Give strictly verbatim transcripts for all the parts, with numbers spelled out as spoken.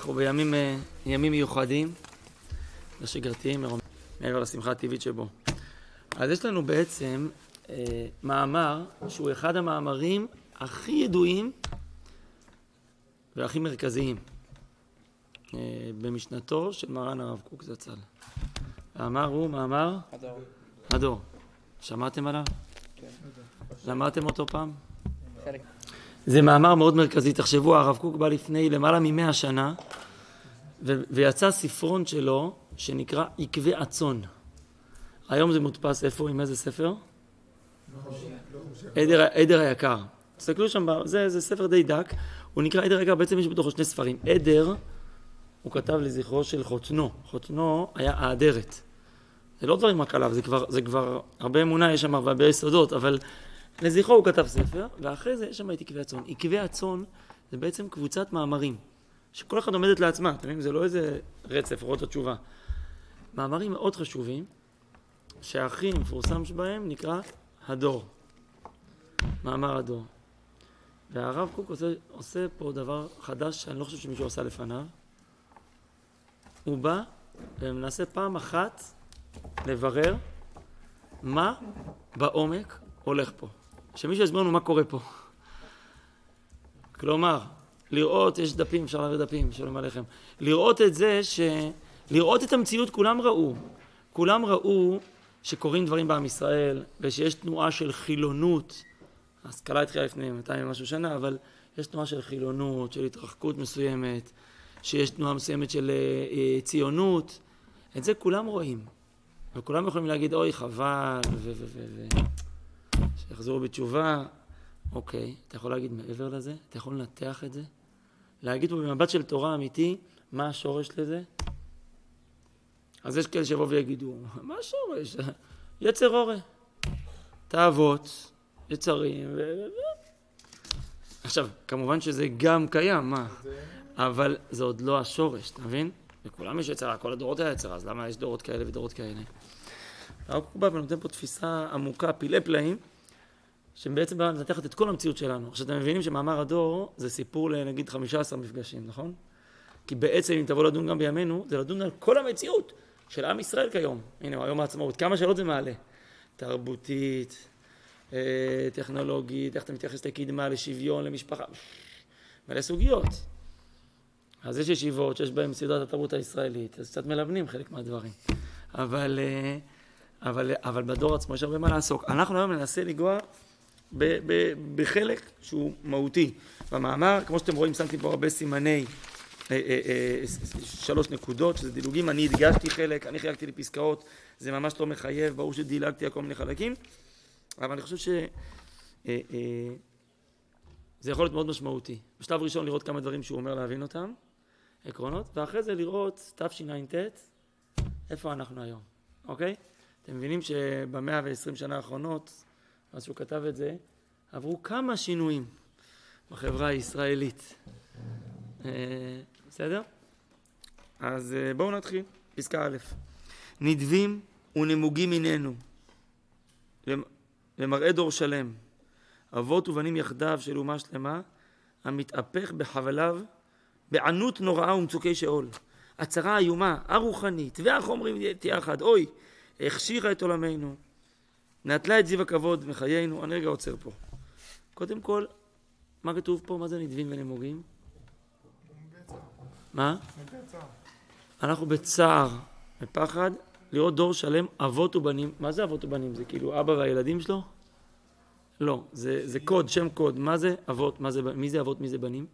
אנחנו בימים ימים מיוחדים, לא שגרתיים, מעבר לשמחה הטבעית שבו. אז יש לנו בעצם אה, מאמר שהוא אחד המאמרים הכי ידועים והכי מרכזיים אה, במשנתו של מרן הרב קוק זצ"ל. המאמר הוא מאמר הדור. הדור. שמעתם עליו? כן. למדתם אותו פעם? חלק. זה מאמר מאוד מרכזי. תחשבו, הרב קוק בא לפני למעלה ממאה שנה ו- ויצא ספרון שלו שנקרא עקבי הצאן. היום זה מודפס איפה? עם איזה ספר? עדר, עדר היקר. תסתכלו שם, זה, זה ספר די דק. הוא נקרא עדר היקר, בעצם יש בתוכו שני ספרים. עדר, הוא כתב לזכרו של חותנו. חותנו היה האדרת. זה לא דברים רק עליו, זה כבר, זה כבר הרבה אמונה יש שם והרבה יסודות, אבל לזכרו הוא כתב ספר, ואחרי זה יש שם את עקבי הצאן. עקבי הצאן זה בעצם קבוצת מאמרים, שכל אחד עומדת לעצמה, אתם יודעים, זה לא איזה רצף, רואות התשובה. מאמרים מאוד חשובים, שהכי מפורסם שבהם נקרא הדור. מאמר הדור. והרב קוק עושה, עושה פה דבר חדש שאני לא חושב שמישהו עושה לפניו. הוא בא ומנסה פעם אחת לברר מה בעומק הולך פה. שמישהו יסביר לנו מה קורה פה. כלומר, לראות, יש דפים, אפשר להעביר דפים, שלום עליכם. לראות את זה, ש... לראות את המציאות, כולם ראו. כולם ראו שקורים דברים בעם ישראל, ושיש תנועה של חילונות. ההשכלה התחילה לפני מאתיים ומשהו שנה, אבל יש תנועה של חילונות, של התרחקות מסוימת, שיש תנועה מסוימת של אה, ציונות. את זה כולם רואים. וכולם יכולים להגיד, אוי, חבל, ו... ו... ו... ו... שיחזרו בתשובה. אוקיי, אתה יכול להגיד מעבר לזה? אתה יכול לנתח את זה? להגיד פה במבט של תורה אמיתי, מה השורש לזה? אז יש כאלה שיבואו ויגידו, מה השורש? יצר הורה. תאוות, יצרים, ו... עכשיו, כמובן שזה גם קיים, מה? אבל זה עוד לא השורש, אתה מבין? וכולם יש יצרה, כל הדורות היה יצרה, אז למה יש דורות כאלה ודורות כאלה? הרב קוק בא ונותן פה תפיסה עמוקה, פילי פלאים, שבעצם באה לנתחת את כל המציאות שלנו. עכשיו, אתם מבינים שמאמר הדור זה סיפור לנגיד חמישה עשר מפגשים, נכון? כי בעצם אם תבוא לדון גם בימינו, זה לדון על כל המציאות של עם ישראל כיום. הנה, היום העצמאות, כמה שאלות זה מעלה. תרבותית, טכנולוגית, איך אתה מתייחס לקדמה, לשוויון, למשפחה, מלא סוגיות. אז יש ישיבות שיש בהן סדרת התרבות הישראלית, אז קצת מלבנים חלק מהדברים. אבל, אבל, אבל בדור עצמו יש הרבה מה לעסוק. אנחנו היום ננסה לגוע ב, ב, בחלק שהוא מהותי. במאמר, כמו שאתם רואים, שמתי פה הרבה סימני, אה, אה, אה, שלוש נקודות, שזה דילוגים. אני הדגשתי חלק, אני חילקתי לפסקאות, זה ממש לא מחייב, ברור שדילגתי על כל מיני חלקים. אבל אני חושב ש... אה, אה, זה יכול להיות מאוד משמעותי. בשלב ראשון לראות כמה דברים שהוא אומר להבין אותם, עקרונות, ואחרי זה לראות תשע"ט, איפה אנחנו היום, אוקיי? אתם מבינים שבמאה ועשרים שנה האחרונות, אז שהוא כתב את זה, עברו כמה שינויים בחברה הישראלית. אה, בסדר? אז אה, בואו נתחיל. פסקה א'. נדבים ונמוגים ממנו, למראה דור שלם. אבות ובנים יחדיו של אומה שלמה, המתהפך בחבליו, בענות נוראה ומצוקי שאול. הצרה האיומה, הרוחנית והחומרית יחד, אוי, הכשירה את עולמנו, נטלה את זיו הכבוד מחיינו. אני רגע עוצר פה. קודם כל, מה כתוב פה? מה זה נדבים ונמוגים? מה? אנחנו בצער, בפחד, לראות דור שלם, אבות ובנים. מה זה אבות ובנים? זה כאילו אבא והילדים שלו? לא, זה, זה קוד, שם קוד. מה זה אבות? מה זה, מי זה אבות? מי זה בנים?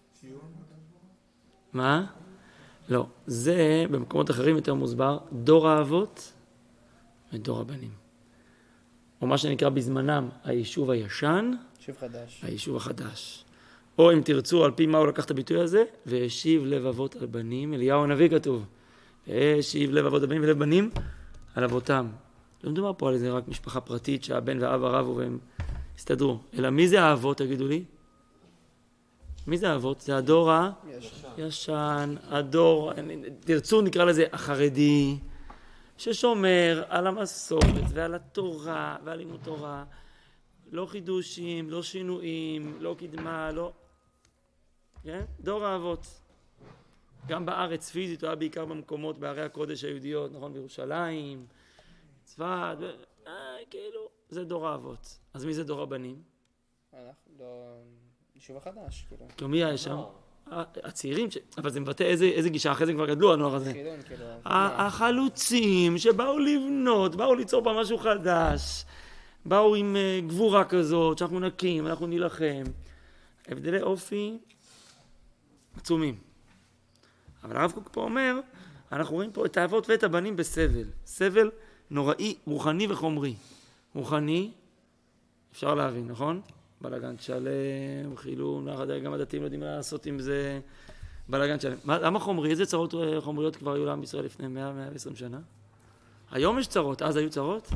מה? לא, זה במקומות אחרים יותר מוסבר, דור האבות ודור הבנים. או מה שנקרא בזמנם היישוב הישן, יישוב חדש. היישוב החדש. או אם תרצו, על פי מה הוא לקח את הביטוי הזה, והשיב לב אבות על בנים, אליהו הנביא כתוב, והשיב לב אבות על בנים ולב בנים על אבותם. לא מדובר פה על איזה רק משפחה פרטית שהבן והאב רבו והם הסתדרו, אלא מי זה האבות, תגידו לי? מי זה האבות? זה הדור הישן, הדור, תרצו נקרא לזה החרדי, ששומר על המסורת ועל התורה ועל לימוד תורה, לא חידושים, לא שינויים, לא קדמה, לא... כן? דור האבות. גם בארץ פיזית, הוא היה בעיקר במקומות, בערי הקודש היהודיות, נכון, בירושלים, צפת, אה, כאילו, זה דור האבות. אז מי זה דור הבנים? אנחנו, לא... יישוב החדש, כאילו. כאילו, מי היה שם? הצעירים, אבל זה מבטא איזה גישה, אחרי זה כבר גדלו הנוער הזה. החלוצים שבאו לבנות, באו ליצור בה משהו חדש, באו עם גבורה כזאת, שאנחנו נקים, אנחנו נילחם. הבדלי אופי עצומים. אבל הרב קוק פה אומר, אנחנו רואים פה את האבות ואת הבנים בסבל. סבל נוראי, רוחני וחומרי. רוחני, אפשר להבין, נכון? בלגן שלם, חילום, גם הדתיים לא יודעים מה לעשות עם זה, בלגן שלם. למה חומרי? איזה צרות חומריות כבר היו לעם ישראל לפני מאה עד מאה ועשרים שנה? היום יש צרות, אז היו צרות?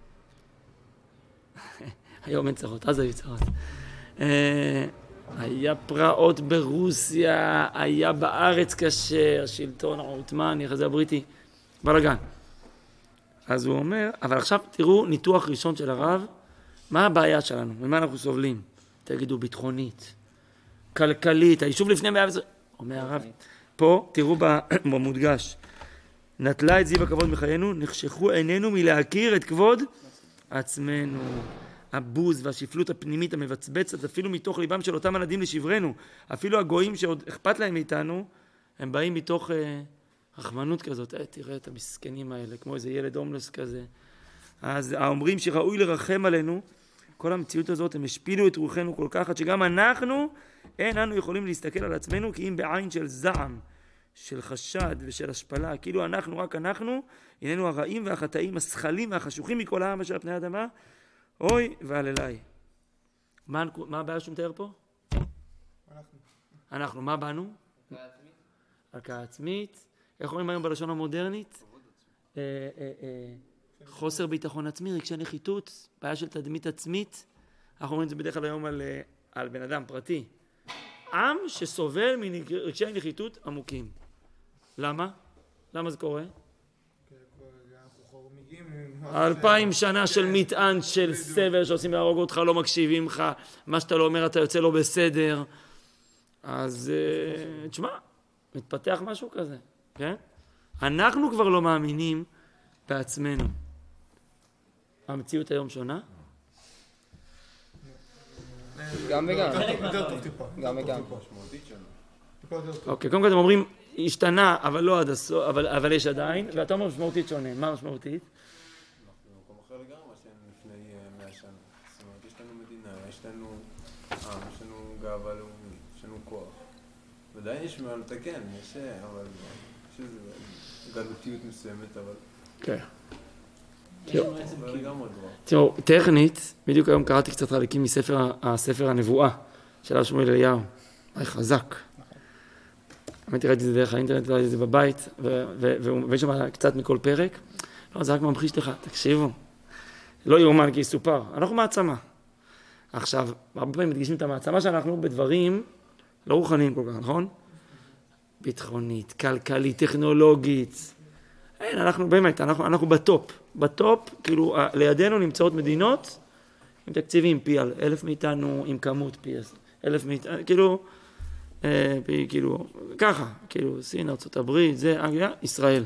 היום אין צרות, אז היו צרות. היה פרעות ברוסיה, היה בארץ קשה, השלטון העות'מאני, אחרי זה הבריטי, בלגן. אז הוא אומר, אבל עכשיו תראו ניתוח ראשון של הרב, מה הבעיה שלנו? ממה אנחנו סובלים? תגידו, ביטחונית, כלכלית, היישוב לפני מאה ועשרים... אומר הרב, פה, תראו במודגש, נטלה את זיו הכבוד מחיינו, נחשכו עינינו מלהכיר את כבוד עצמנו. הבוז והשפלות הפנימית המבצבצת, אפילו מתוך ליבם של אותם ילדים לשברנו, אפילו הגויים שעוד אכפת להם מאיתנו, הם באים מתוך אה, רחמנות כזאת, אה, תראה את המסכנים האלה, כמו איזה ילד הומלס כזה. אז האומרים שראוי לרחם עלינו, כל המציאות הזאת, הם השפילו את רוחנו כל כך, עד שגם אנחנו, אין אנו יכולים להסתכל על עצמנו, כי אם בעין של זעם, של חשד ושל השפלה, כאילו אנחנו, רק אנחנו, הננו הרעים והחטאים, השכלים והחשוכים מכל העם אשר פני האדמה, אוי ועל אליי. מה, מה הבעיה שהוא מתאר פה? אנחנו. אנחנו, מה באנו? הלקאה עצמית. הלקאה עצמית. איך אומרים היום בלשון המודרנית? אה, אה, אה, חוסר ביטחון עצמי, רגשי נחיתות, בעיה של תדמית עצמית. אנחנו אומרים את זה בדרך כלל היום על, על בן אדם פרטי. עם שסובל מרגשי נחיתות עמוקים. למה? למה זה קורה? אלפיים שנה של מטען, של סבל, שעושים להרוג אותך, לא מקשיבים לך, מה שאתה לא אומר אתה יוצא לא בסדר. אז תשמע, מתפתח משהו כזה, כן? אנחנו כבר לא מאמינים בעצמנו. המציאות היום שונה? גם וגם. גם וגם. אוקיי, קודם כל אתם אומרים, השתנה, אבל לא עד הסוף, אבל יש עדיין, ואתה אומר משמעותית שונה. מה משמעותית? אנחנו במקום אחר לגמרי, מה שהיינו לפני מאה שנה. זאת אומרת, יש לנו מדינה, יש לנו עם, יש לנו גאווה לאומית, יש לנו כוח. ודאי יש מה לתקן, יש, אבל יש איזו גלותיות מסוימת, אבל... כן. לגמרי כבר. תראו, טכנית, בדיוק היום קראתי קצת חלקים מספר הנבואה של הרב שמואל אליהו. היה חזק. האמת, ראיתי את זה דרך האינטרנט, ראיתי את זה בבית, ויש שם קצת מכל פרק. לא, זה רק ממחיש לך, תקשיבו. לא יאומן כי יסופר. אנחנו מעצמה. עכשיו, הרבה פעמים מדגישים את המעצמה שאנחנו בדברים לא רוחניים כל כך, נכון? ביטחונית, כלכלית, טכנולוגית. אין, אנחנו באמת, אנחנו, אנחנו בטופ. בטופ, כאילו, לידינו נמצאות מדינות עם תקציבים פי אלף מאיתנו, עם כמות פי אלף מאיתנו, כאילו... כאילו, ככה, כאילו, סין, ארצות הברית, זה, אנגליה, ישראל,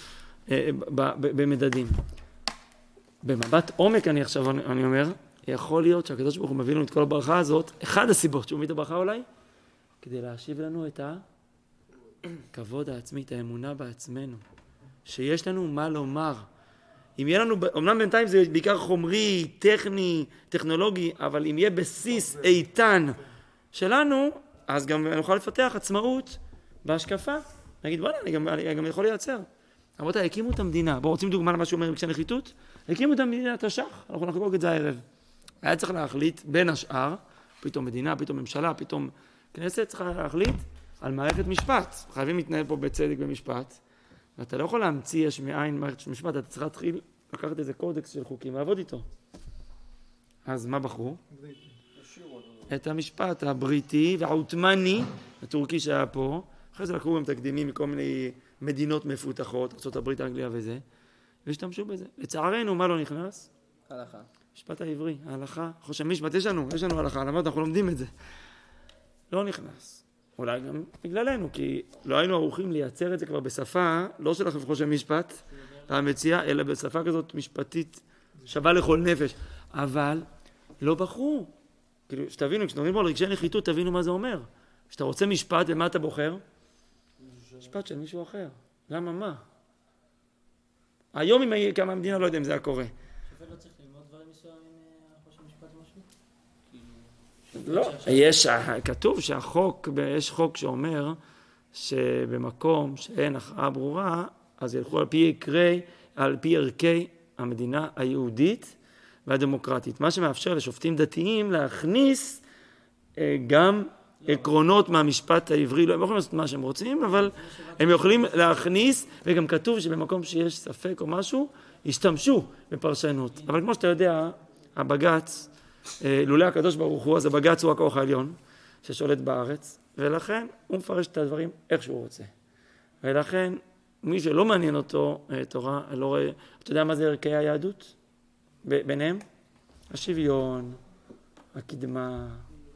במדדים. במבט עומק, אני עכשיו, אני אומר, יכול להיות שהקדוש ברוך הוא מביא לנו את כל הברכה הזאת, אחד הסיבות שהוא מביא את הברכה אולי, כדי להשיב לנו את הכבוד העצמי, את האמונה בעצמנו, שיש לנו מה לומר. אם יהיה לנו, אמנם בינתיים זה בעיקר חומרי, טכני, טכנולוגי, אבל אם יהיה בסיס איתן שלנו, אז גם נוכל לפתח עצמאות בהשקפה. נגיד, בוא'נה, אני גם, אני גם יכול לייצר. רבותיי, הקימו את המדינה. בואו רוצים דוגמה למה שאומר רגשי נחיתות? הקימו את המדינה, התש"ח. אנחנו נחגוג את זה הערב. היה צריך להחליט בין השאר, פתאום מדינה, פתאום ממשלה, פתאום כנסת, צריכה להחליט על מערכת משפט. חייבים להתנהל פה בצדק במשפט. ואתה לא יכול להמציא יש מאין מערכת משפט, אתה צריך להתחיל לקחת איזה קודקס של חוקים ולעבוד איתו. אז מה בחרו? את המשפט הבריטי והעות'מאני, הטורקי שהיה פה, אחרי זה לקחו גם תקדימים מכל מיני מדינות מפותחות, ארצות הברית, אנגליה וזה, והשתמשו בזה. לצערנו, מה לא נכנס? הלכה. משפט העברי, ההלכה, חושן משפט, יש לנו, יש לנו הלכה, למרות אנחנו לומדים את זה. לא נכנס. אולי גם בגללנו, כי לא היינו ערוכים לייצר את זה כבר בשפה, לא של החפכו של משפט, המציע, אלא בשפה כזאת משפטית שווה לכל נפש. אבל לא בחרו. כאילו, שתבינו, כשנדברים פה על רגשי נחיתות, תבינו מה זה אומר. כשאתה רוצה משפט, ומה אתה בוחר? משפט של מישהו אחר. למה מה? היום אם כמה המדינה, לא יודע אם זה היה קורה. שופט לא צריך ללמוד דברים מסוימים מהחוש המשפט משהו? לא, יש, כתוב שהחוק, יש חוק שאומר שבמקום שאין הכרעה ברורה, אז ילכו על פי עקרי, על פי ערכי המדינה היהודית והדמוקרטית. מה שמאפשר לשופטים דתיים להכניס גם עקרונות מהמשפט העברי, לא הם יכולים לעשות מה שהם רוצים, אבל הם יכולים להכניס, וגם כתוב שבמקום שיש ספק או משהו, ישתמשו בפרשנות. אבל כמו שאתה יודע, הבג"ץ, לולא הקדוש ברוך הוא, אז הבג"ץ הוא הכוח העליון ששולט בארץ, ולכן הוא מפרש את הדברים איך שהוא רוצה. ולכן מי שלא מעניין אותו תורה, לא רואה, אתה יודע מה זה ערכי היהדות? ביניהם? השוויון, הקדמה,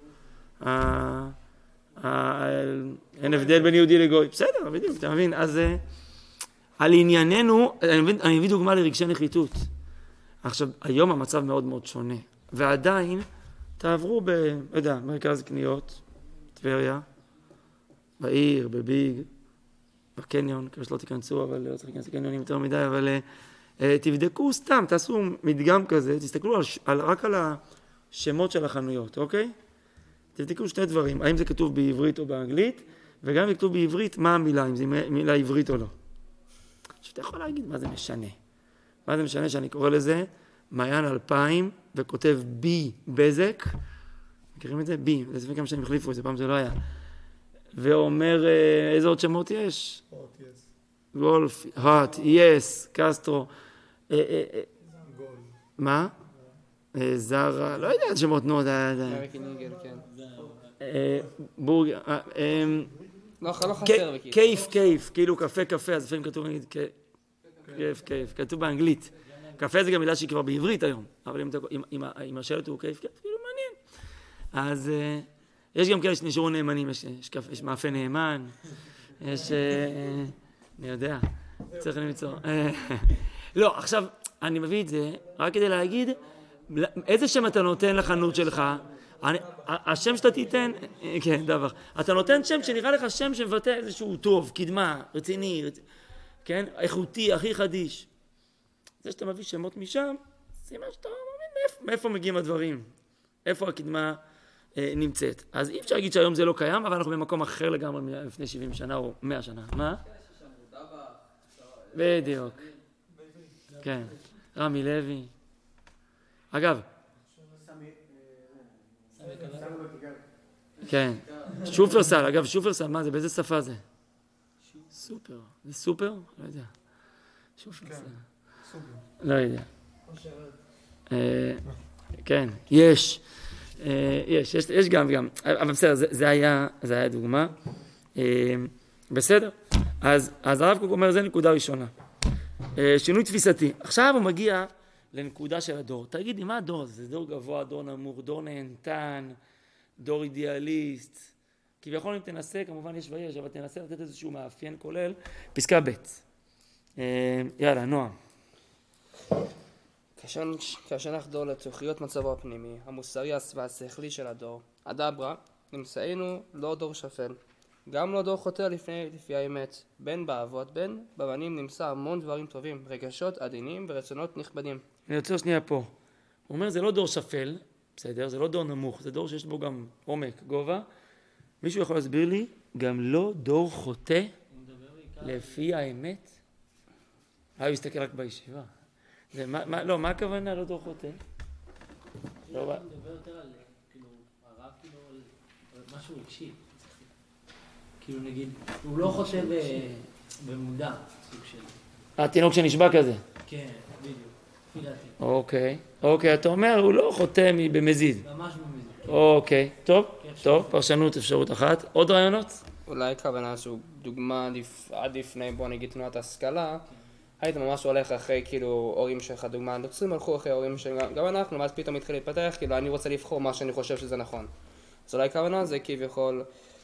אין הבדל בין יהודי לגוי. בסדר, בדיוק, אתה מבין? אז על ענייננו, אני מביא דוגמה לרגשי נחיתות. עכשיו, היום המצב מאוד מאוד שונה. ועדיין, תעברו ב, לא יודע, מרכז קניות, טבריה, בעיר, בביג, בקניון, כמו שלא תיכנסו, אבל לא צריך להיכנס לקניונים יותר מדי, אבל uh, תבדקו סתם, תעשו מדגם כזה, תסתכלו על, על, רק על השמות של החנויות, אוקיי? תבדקו שני דברים, האם זה כתוב בעברית או באנגלית, וגם אם כתוב בעברית, מה המילה, אם זה מילה עברית או לא. עכשיו, אתה יכול להגיד מה זה משנה. מה זה משנה שאני קורא לזה? מעיין אלפיים, וכותב בי בזק, מכירים את זה? בי, זה לפני כמה שנים החליפו את זה, פעם זה לא היה. ואומר, איזה עוד שמות יש? הוט, יס. גולף, הוט, יס, קסטרו. מה? זרה, לא יודע, שמות נו, אמריקן איגל, כן. בורגר, לא חסר וכאילו. קייף, קייף, כאילו קפה, קפה, אז לפעמים כתוב, נגיד, קייף, קייף, כתוב באנגלית. קפה זה גם מילה שהיא כבר בעברית היום, אבל אם השאלת הוא קייף, קייף, כאילו מעניין. אז יש גם כאלה שנשארו נאמנים, יש מאפה נאמן, יש, אני יודע, צריך למצוא. לא, עכשיו, אני מביא את זה רק כדי להגיד, איזה שם אתה נותן לחנות שלך? השם שאתה תיתן, כן, דבר. אתה נותן שם שנראה לך שם שמבטא איזשהו טוב, קדמה, רציני, כן, איכותי, הכי חדיש. זה שאתה מביא שמות משם, סימן שאתה מבין מאיפה מגיעים הדברים, איפה הקדמה נמצאת. אז אי אפשר להגיד שהיום זה לא קיים, אבל אנחנו במקום אחר לגמרי לפני שבעים שנה או מאה שנה. מה? בדיוק. כן. רמי לוי. אגב. כן. שופרסל. אגב, שופרסל, מה זה? באיזה שפה זה? סופר. זה סופר? לא יודע. שופרסל. לא יודע. כן. יש. יש, יש, יש גם וגם, אבל בסדר, זה, זה היה, זה היה דוגמה. בסדר, אז, אז הרב קוק אומר, זה נקודה ראשונה. שינוי תפיסתי. עכשיו הוא מגיע לנקודה של הדור. תגיד לי, מה הדור הזה? זה דור גבוה, דור נמוך, דור נהנתן, דור אידיאליסט. כביכול אם תנסה, כמובן יש ויש, אבל תנסה לתת איזשהו מאפיין כולל. פסקה ב'. יאללה, נועם. כאשר נחדור לתוכיות מצבו הפנימי, המוסרי והשכלי של הדור, אדברה, נמצאנו לא דור שפל, גם לא דור חוטא לפני, לפי האמת, בין באבות, בין בבנים נמצא המון דברים טובים, רגשות עדינים ורצונות נכבדים. אני רוצה שנייה פה. הוא אומר, זה לא דור שפל, בסדר, זה לא דור נמוך, זה דור שיש בו גם עומק, גובה. מישהו יכול להסביר לי, גם לא דור חוטא לפי האמת? אה, הוא הסתכל רק בישיבה. זה, מה, מה, לא, מה הכוונה לא דור חוטא? לא, הוא מדבר יותר על, כאילו, הרב, כאילו, על משהו רגשי. כאילו, נגיד, הוא לא חוטא במודע, סוג של... התינוק שנשבע כזה. כן, בדיוק, לפי דעתי. אוקיי, אוקיי, אתה אומר, הוא לא חוטא במזיד. ממש במזיד. אוקיי, טוב, טוב, פרשנות, אפשרות אחת. עוד רעיונות? אולי כוונה שהוא דוגמה עד לפני, בוא נגיד, תנועת השכלה, היית ממש הולך אחרי כאילו הורים שלך, דוגמה, נוצרים הלכו אחרי הורים שגם אנחנו, ואז פתאום התחיל להתפתח, כאילו אני רוצה לבחור מה שאני חושב שזה נכון. אז אולי כוונה זה כביכול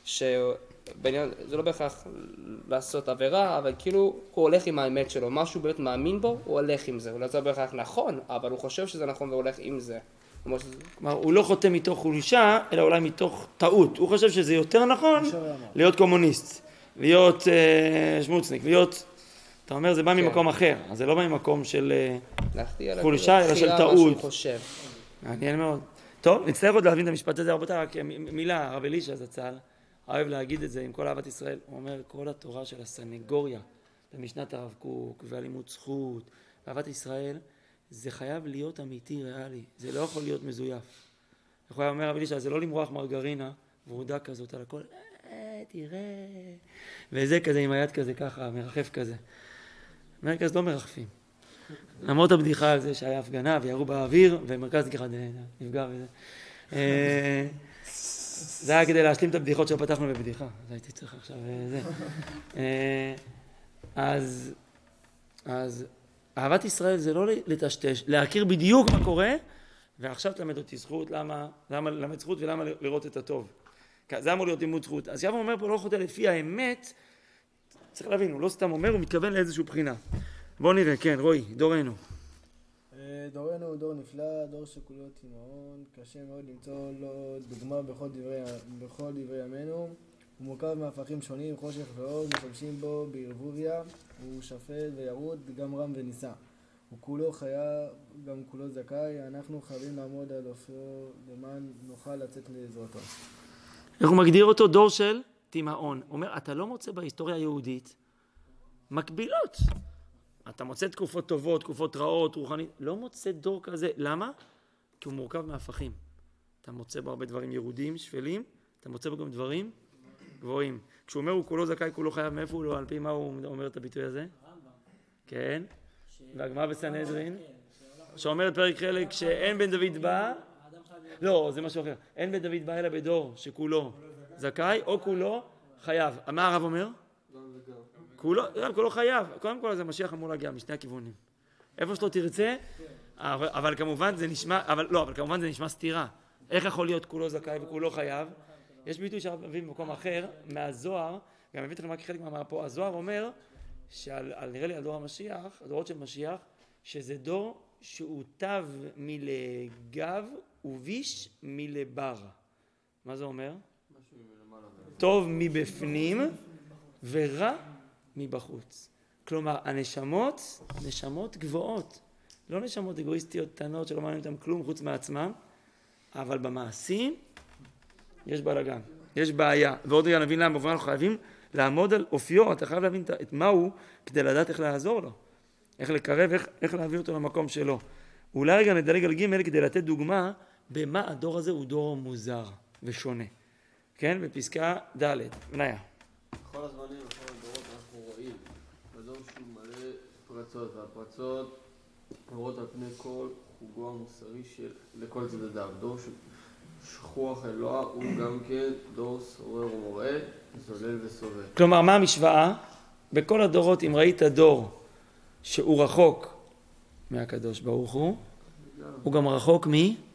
שבעניין, זה לא בהכרח לעשות עבירה, אבל כאילו הוא הולך עם האמת שלו, משהו באמת מאמין בו, הוא הולך עם זה, הוא לא זה בהכרח נכון, אבל הוא חושב שזה נכון והוא הולך עם זה. כלומר, הוא לא חותם מתוך חולשה, אלא אולי מתוך טעות. הוא חושב שזה יותר נכון להיות קומוניסט, להיות uh, שמוצניק, להיות... אתה אומר, זה בא כן. ממקום אחר, אז זה לא בא ממקום של uh, חולשה, אלא של טעות. מעניין מאוד. טוב, נצטרך עוד להבין את המשפט הזה, רבותיי, רק מילה, הרב אלישע זצ"ל, אוהב להגיד את זה עם כל אהבת ישראל, הוא אומר, כל התורה של הסנגוריה, במשנת הרב קוק, ואלימות זכות, ואהבת ישראל, זה חייב להיות אמיתי, ריאלי, זה לא יכול להיות מזויף. יכול היה אומר הרב אלישע, זה לא למרוח מרגרינה, ורודה כזאת על הכל, אה, תראה, וזה כזה עם היד כזה ככה, מרחף כזה. מרכז לא מרחפים. למרות הבדיחה על זה שהיה הפגנה וירו באוויר, ומרכז ככה נפגע וזה. זה היה כדי להשלים את הבדיחות שפתחנו בבדיחה, אז הייתי צריך עכשיו זה. אז, אז אהבת ישראל זה לא לטשטש, להכיר בדיוק מה קורה, ועכשיו תלמד אותי זכות, למה, למה למד זכות ולמה לראות את הטוב. זה אמור להיות לימוד זכות. אז יבוא אומר פה לא חוטא לפי האמת, צריך להבין, הוא לא סתם אומר, הוא מתכוון לאיזושהי בחינה. בואו נראה, כן, רועי, דורנו. דורנו הוא דור נפלא, דור שכולו תימהון, קשה מאוד למצוא לו דוגמה בכל דברי, בכל דברי ימינו. הוא מורכב מהפכים שונים, חושך ואור, משתמשים בו בערבוביה, הוא שפט וירוד, גם רם ונישא. הוא כולו חיה, גם כולו זכאי, אנחנו חייבים לעמוד על אופיו למען נוכל לצאת לעזרתו. איך הוא מגדיר אותו? דור של תימהון. הוא אומר, אתה לא מוצא בהיסטוריה היהודית מקבילות. אתה מוצא תקופות טובות, תקופות רעות, רוחנית. לא מוצא דור כזה. למה? כי הוא מורכב מהפכים. אתה מוצא בו הרבה דברים ירודים, שפלים, אתה מוצא בו גם דברים גבוהים. כשהוא אומר, הוא כולו זכאי, כולו חייב, מאיפה הוא לא? על פי מה הוא אומר את הביטוי הזה? כן. והגמרא בסנהדרין, שאומרת פרק חלק שאין בן דוד בא, לא, זה משהו אחר. אין בן דוד בא אלא בדור שכולו זכאי או כולו חייב. מה הרב אומר? כולו, כולו חייב. קודם כל זה משיח אמור להגיע משני הכיוונים. איפה שלא תרצה, אבל, אבל כמובן זה נשמע, אבל לא, אבל כמובן זה נשמע סתירה. איך יכול להיות כולו זכאי וכולו חייב? יש ביטוי שהרב מביא במקום אחר, מהזוהר, גם מביא לכם רק חלק מהמה פה, הזוהר אומר שעל, על, נראה לי על דור המשיח, הדורות של משיח, שזה דור שהוא תו מלגב וביש מלבר. מה זה אומר? טוב מבפנים ורע מבחוץ. כלומר, הנשמות, נשמות גבוהות. לא נשמות אגואיסטיות קטנות שלא מעניין אותם כלום חוץ מעצמם, אבל במעשים יש בלגן, יש בעיה. ועוד רגע נבין למה, אנחנו חייבים לעמוד על אופיו, אתה חייב להבין את מה הוא כדי לדעת איך לעזור לו. איך לקרב, איך, איך להביא אותו למקום שלו. אולי רגע נדלג על ג' כדי לתת דוגמה במה הדור הזה הוא דור מוזר ושונה. כן? בפסקה ד' בניה. בכל הזמנים, בכל הדורות אנחנו רואים בדור שהוא מלא פרצות, והפרצות נורות על פני כל חוגו המוסרי של לכל צדדיו. דור שכוח אלוה הוא גם כן דור סורר ומורה, זולל וסובב. כלומר, מה המשוואה? בכל הדורות, אם ראית דור שהוא רחוק מהקדוש ברוך הוא, הוא גם רחוק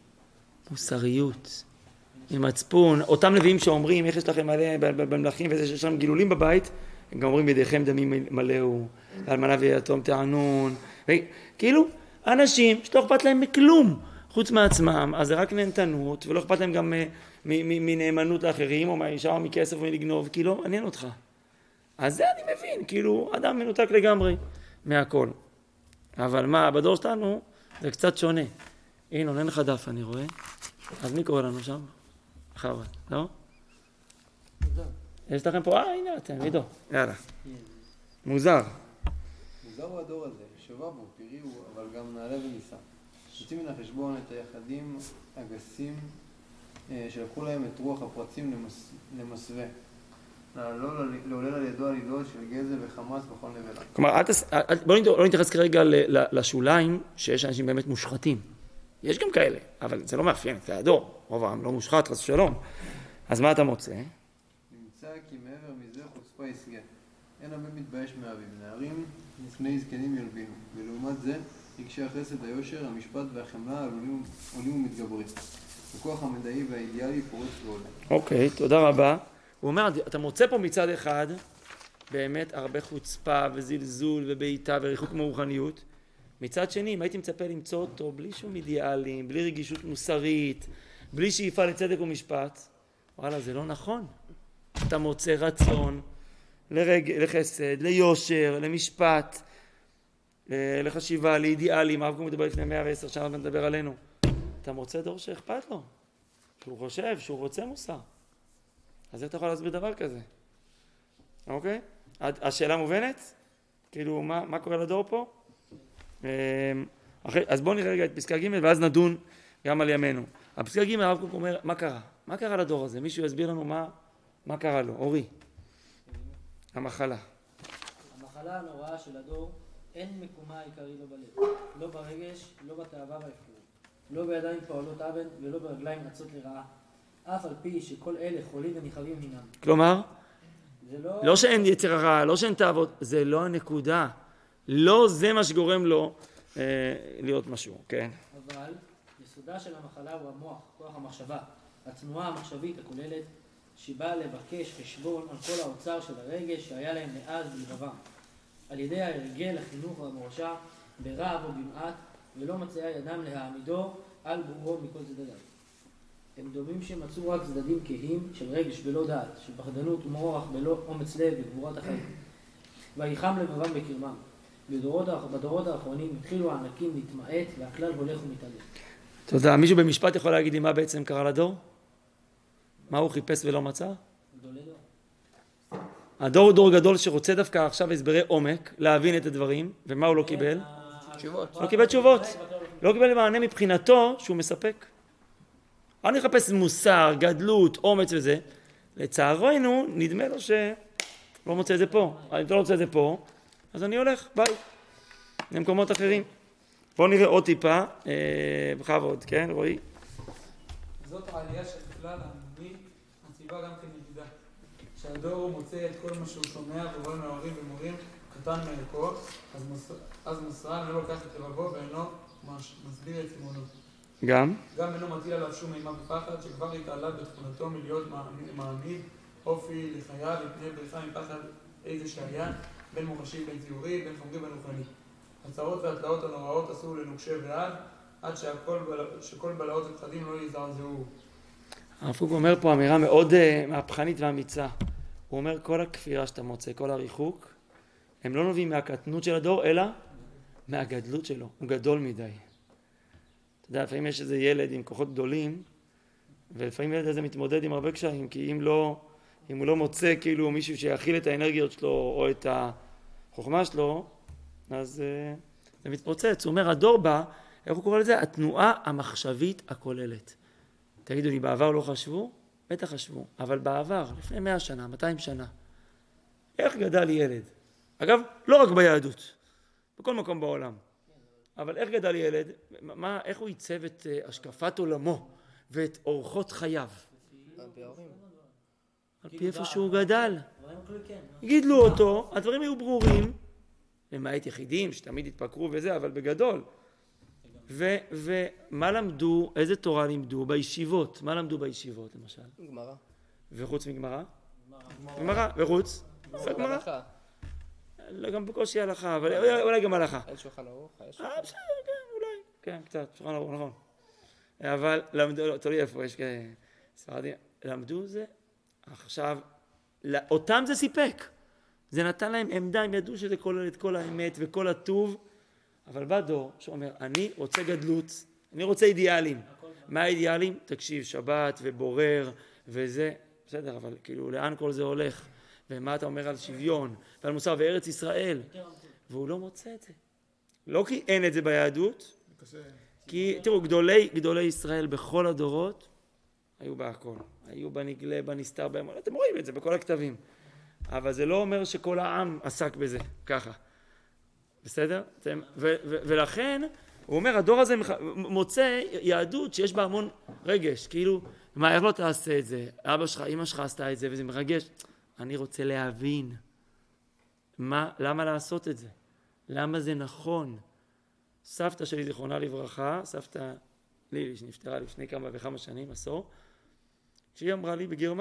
ממוסריות, ממצפון. אותם נביאים שאומרים, איך יש לכם מלא במלכים וזה שיש להם גילולים בבית, הם גם אומרים בידיכם דמים מלאו, לאלמנה ויתום תענון, כאילו אנשים שלא אכפת להם מכלום חוץ מעצמם, אז זה רק נהנתנות, ולא אכפת להם גם מנאמנות לאחרים, או מהאישה או מכסף או מלגנוב, כי לא מעניין אותך. אז זה אני מבין, כאילו אדם מנותק לגמרי מהכל. אבל מה, בדור שלנו זה קצת שונה. הנה, אין לך דף, אני רואה. אז מי קורא לנו שם? חבל, לא? יש לכם פה, אה, הנה אתם, עידו. יאללה. מוזר. מוזר הוא הדור הזה, שובב הוא, פירי הוא, אבל גם נעלה וניסה. יוצאים מן החשבון את היחדים הגסים שלקחו להם את רוח הפרצים למסווה. לעולל על ידו עלילות של גזל וחמאס בכל נבלה. כלומר, בואו לא נתייחס כרגע לשוליים שיש אנשים באמת מושחתים. יש גם כאלה, אבל זה לא מאפיין, זה הדור. רוב העם לא מושחת, חס ושלום. אז מה אתה מוצא? נמצא כי מעבר מזה חוצפה יסגה. אין הרבה מתבייש מאביב. נערים לפני זקנים ילבינו. ולעומת זה, רגשי החסד, היושר, המשפט והחמלה עולים ומתגברים. הכוח המדעי והאידיאלי פורץ ועולה. אוקיי, תודה רבה. הוא אומר, אתה מוצא פה מצד אחד באמת הרבה חוצפה וזלזול ובעיטה וריחוק מרוחניות. מצד שני, אם הייתי מצפה למצוא אותו בלי שום אידיאלים, בלי רגישות מוסרית, בלי שאיפה לצדק ומשפט, וואלה, זה לא נכון. אתה מוצא רצון לרג... לחסד, ליושר, למשפט, לחשיבה, לאידיאלים. הרב קוק מדבר לפני מאה ועשר שנה, מדבר עלינו. אתה מוצא דור שאכפת לו, שהוא חושב, שהוא רוצה מוסר. אז איך אתה יכול להסביר דבר כזה? אוקיי? השאלה מובנת? כאילו, מה, מה קורה לדור פה? אחרי, אז בואו נראה רגע את פסקה ג' ואז נדון גם על ימינו. הפסקה ג' הרב קוק אומר, מה קרה? מה קרה לדור הזה? מישהו יסביר לנו מה, מה קרה לו? אורי. המחלה. המחלה הנוראה של הדור, אין מקומה העיקרי לא בלב, לא ברגש, לא בתאווה וההפקרות, לא בידיים פועלות עוון ולא ברגליים רצות לרעה, אף על פי שכל אלה חולים וניחרים הינם. כלומר? זה לא... לא שאין יצר הרע, לא שאין תאוות, זה לא הנקודה. לא זה מה שגורם לו אה, להיות משהו, כן? אבל יסודה של המחלה הוא המוח, כוח המחשבה, התנועה המחשבית הכוללת, שבאה לבקש חשבון על כל האוצר של הרגש שהיה להם מאז בלבבם, על ידי ההרגל, החינוך והמורשה, ברב או במעט, ולא מצאה ידם להעמידו על בורו מכל צדדיו. הם דומים שמצאו רק צדדים כהים של רגש בלא דעת, של פחדנות ומורח בלא אומץ לב וגבורת החיים. ויחם לבבם בקרמם. בדורות, בדורות האחרונים התחילו הענקים להתמעט והכלל הולך ומתעלה. תודה. מישהו במשפט יכול להגיד לי מה בעצם קרה לדור? מה הוא חיפש ולא מצא? גדולי דור. הדור הוא דור גדול שרוצה דווקא עכשיו הסברי עומק, להבין את הדברים, ומה הוא לא קיבל? תשובות. לא קיבל תשובות. לא קיבל מענה מבחינתו שהוא מספק. אני אחפש מוסר, גדלות, אומץ וזה. לצערנו, נדמה לו שלא מוצא את זה פה. אני לא מוצא את זה פה, אז אני הולך, ביי. למקומות אחרים. בואו נראה עוד טיפה, אה, בכבוד, כן, רועי? זאת העלייה של כלל העממי, מציבה גם כן ידידה. שהדור הוא מוצא את כל מה שהוא שומע ורואה מההורים ומורים קטן מערכו, אז, מוס... אז מוסרן לא לוקח את לבבו ואינו מש... מסביר את סימונו. גם? גם אינו מטיל עליו שום אימה ופחד, שכבר התעלה בתכונתו מלהיות מעמיד, אופי לחייו, מפני בריחה מפחד איזה שהיה, בין מוחשי, בין ציורי, בין חומרי, בין רוחני. הצרות והתלאות הנוראות עשו לנוקשה ועד, עד שהכל, שכל בלעות ופחדים לא יזעזעו. הרב קוק אומר פה אמירה מאוד uh, מהפכנית ואמיצה. הוא אומר כל הכפירה שאתה מוצא, כל הריחוק, הם לא נובעים מהקטנות של הדור, אלא מהגדלות שלו. הוא גדול מדי. אתה יודע, לפעמים יש איזה ילד עם כוחות גדולים, ולפעמים ילד הזה מתמודד עם הרבה קשיים, כי אם לא, אם הוא לא מוצא כאילו מישהו שיכיל את האנרגיות שלו או את החוכמה שלו, אז uh, זה מתפוצץ. הוא אומר, הדור בא, איך הוא קורא לזה? התנועה המחשבית הכוללת. תגידו לי, בעבר לא חשבו? בטח חשבו, אבל בעבר, לפני מאה שנה, מאתיים שנה, איך גדל ילד? אגב, לא רק ביהדות, בכל מקום בעולם. אבל איך גדל ילד? מה, איך הוא ייצב את uh, השקפת עולמו ואת אורחות חייו? על פי איפה שהוא גדל. גידלו אותו, הדברים היו ברורים, למעט יחידים שתמיד התפקרו וזה, אבל בגדול. ו, ומה למדו, איזה תורה לימדו בישיבות? מה למדו בישיבות למשל? גמרא. וחוץ מגמרא? גמרא. וחוץ? גמרא. גם בקושי הלכה, אבל אולי גם הלכה. אין שולחן ערוך? אה, בסדר, כן, אולי. כן, קצת, שולחן ערוך, נכון. אבל למדו, תראי איפה יש כאלה ספרדים, למדו זה, עכשיו, אותם זה סיפק. זה נתן להם עמדה, הם ידעו שזה כולל את כל האמת וכל הטוב, אבל בא דור שאומר, אני רוצה גדלות, אני רוצה אידיאלים. מה האידיאלים? תקשיב, שבת ובורר וזה, בסדר, אבל כאילו, לאן כל זה הולך? ומה אתה אומר על שוויון ועל מוסר וארץ ישראל? והוא לא מוצא את זה. לא כי אין את זה ביהדות, כי תראו, גדולי, גדולי ישראל בכל הדורות היו בהכל. היו בנגלה, בנסתר, באמונה, אתם רואים את זה בכל הכתבים. אבל זה לא אומר שכל העם עסק בזה, ככה. בסדר? ו- ו- ולכן, הוא אומר, הדור הזה מוצא יהדות שיש בה המון רגש. כאילו, מה, איך לא תעשה את זה? אבא שלך, אמא שלך עשתה את זה, וזה מרגש. אני רוצה להבין. מה, למה לעשות את זה? למה זה נכון? סבתא שלי זיכרונה לברכה, סבתא לילי שנפטרה לפני כמה וכמה שנים, עשור, שהיא אמרה לי בגרמניה,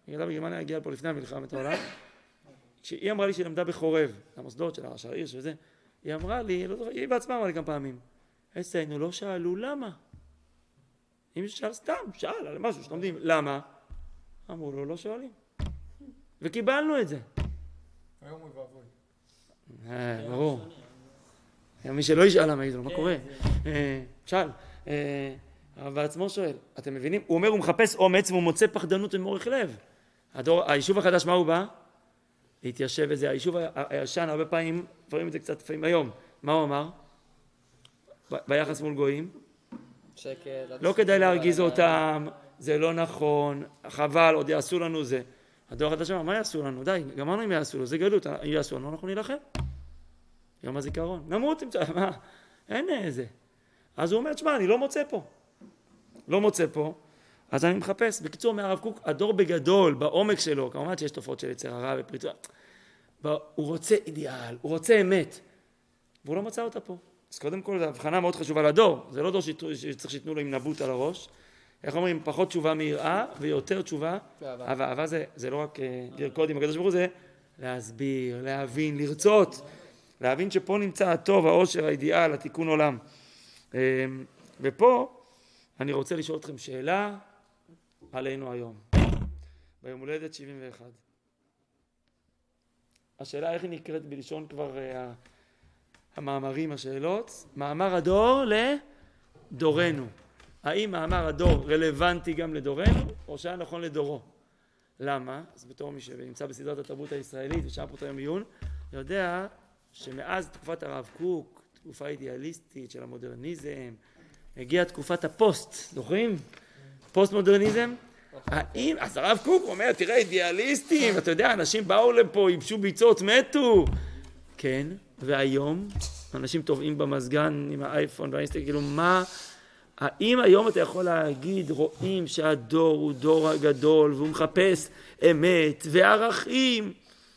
היא גדלה בגרמניה, הגיעה פה לפני המלחמת העולם. כשהיא אמרה לי שהיא למדה בחורב, למוסדות של הראש העיר וזה, היא אמרה לי, לא זוכר, היא בעצמה אמרה לי כמה פעמים, אצלנו לא שאלו למה. אם שאל סתם, שאל על משהו שלומדים, למה? אמרו לו, לא שואלים. וקיבלנו את זה. היום הוא ואבוי. אה, ברור. מי שלא ישאל למה, יגיד לו, מה קורה? שאל. הרב בעצמו שואל, אתם מבינים? הוא אומר, הוא מחפש אומץ והוא מוצא פחדנות ומורך לב. היישוב החדש, מה הוא בא? להתיישב איזה, היישוב הישן, הרבה פעמים, דברים את זה קצת לפעמים היום. מה הוא אמר? ביחס מול גויים? שקט. לא כדאי להרגיז אותם, זה לא נכון, חבל, עוד יעשו לנו זה. הדור החדש אמר, מה יעשו לנו? די, גמרנו אם יעשו לו, זה גלות, אם יעשו לנו, אנחנו נלחם. יום הזיכרון, נמות, מה? אין איזה. אז הוא אומר, תשמע, אני לא מוצא פה. לא מוצא פה, אז אני מחפש. בקיצור, מהרב קוק, הדור בגדול, בעומק שלו, כמובן שיש תופעות של יצר הרע ופריצה, הוא רוצה אידיאל, הוא רוצה אמת, והוא לא מצא אותה פה. אז קודם כל, זו הבחנה מאוד חשובה לדור. זה לא דור שצריך שיתנו לו עם נבוט על הראש. איך אומרים, פחות תשובה מיראה ויותר תשובה. אהבה, אהבה זה, זה לא רק לרקוד עם הקדוש ברוך הוא, זה להסביר, להבין, לרצות. להבין שפה נמצא הטוב, האושר, האידיאל, התיקון עולם. ופה אני רוצה לשאול אתכם שאלה עלינו היום. ביום הולדת שבעים ואחת. השאלה איך היא נקראת בלשון כבר המאמרים, השאלות. מאמר הדור לדורנו. האם מאמר הדור רלוונטי גם לדורנו, או שהיה נכון לדורו? למה? אז בתור מי שנמצא בסדרת התרבות הישראלית ושעה פה את היום עיון, יודע שמאז תקופת הרב קוק, תקופה אידיאליסטית של המודרניזם, הגיעה תקופת הפוסט, זוכרים? פוסט מודרניזם? האם, אז הרב קוק אומר, תראה, אידיאליסטים, אתה יודע, אנשים באו לפה, ייבשו ביצות, מתו. כן, והיום, אנשים טובעים במזגן עם האייפון והאינסטגרם, כאילו, מה, האם היום אתה יכול להגיד, רואים שהדור הוא דור הגדול, והוא מחפש אמת וערכים?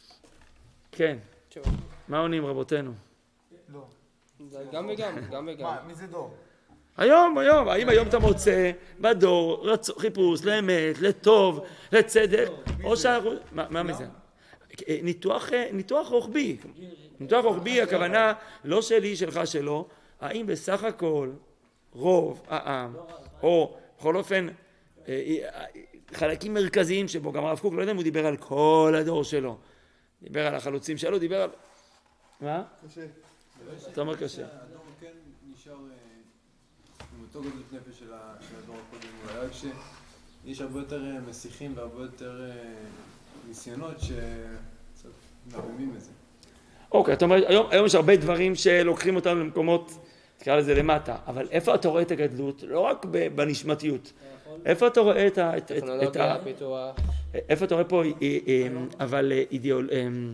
כן. מה עונים רבותינו? לא. גם וגם, גם וגם. מה, מי זה דור? היום, היום, האם היום אתה מוצא בדור חיפוש לאמת, לטוב, לצדק, או שאנחנו, מה מזה? ניתוח, ניתוח רוחבי, ניתוח רוחבי הכוונה לא שלי, שלך, שלו, האם בסך הכל רוב העם, או בכל אופן חלקים מרכזיים שבו, גם הרב קוק, לא יודע אם הוא דיבר על כל הדור שלו, דיבר על החלוצים שלו, דיבר על... מה? קשה. אתה אומר קשה. הדור כן נשאר עם אותו גודל נפש של הדור הקודם, אולי רק שיש הרבה יותר מסיכים והרבה יותר ניסיונות שקצת מרמים את זה. אוקיי, אתה אומר, היום, היום יש הרבה דברים שלוקחים אותנו למקומות, תקרא לזה למטה, אבל איפה אתה רואה את הגדלות? לא רק בנשמתיות. איפה אתה רואה את ה... טכנולוגיה, פיתוח. איפה אתה רואה פה, אבל אידיאול...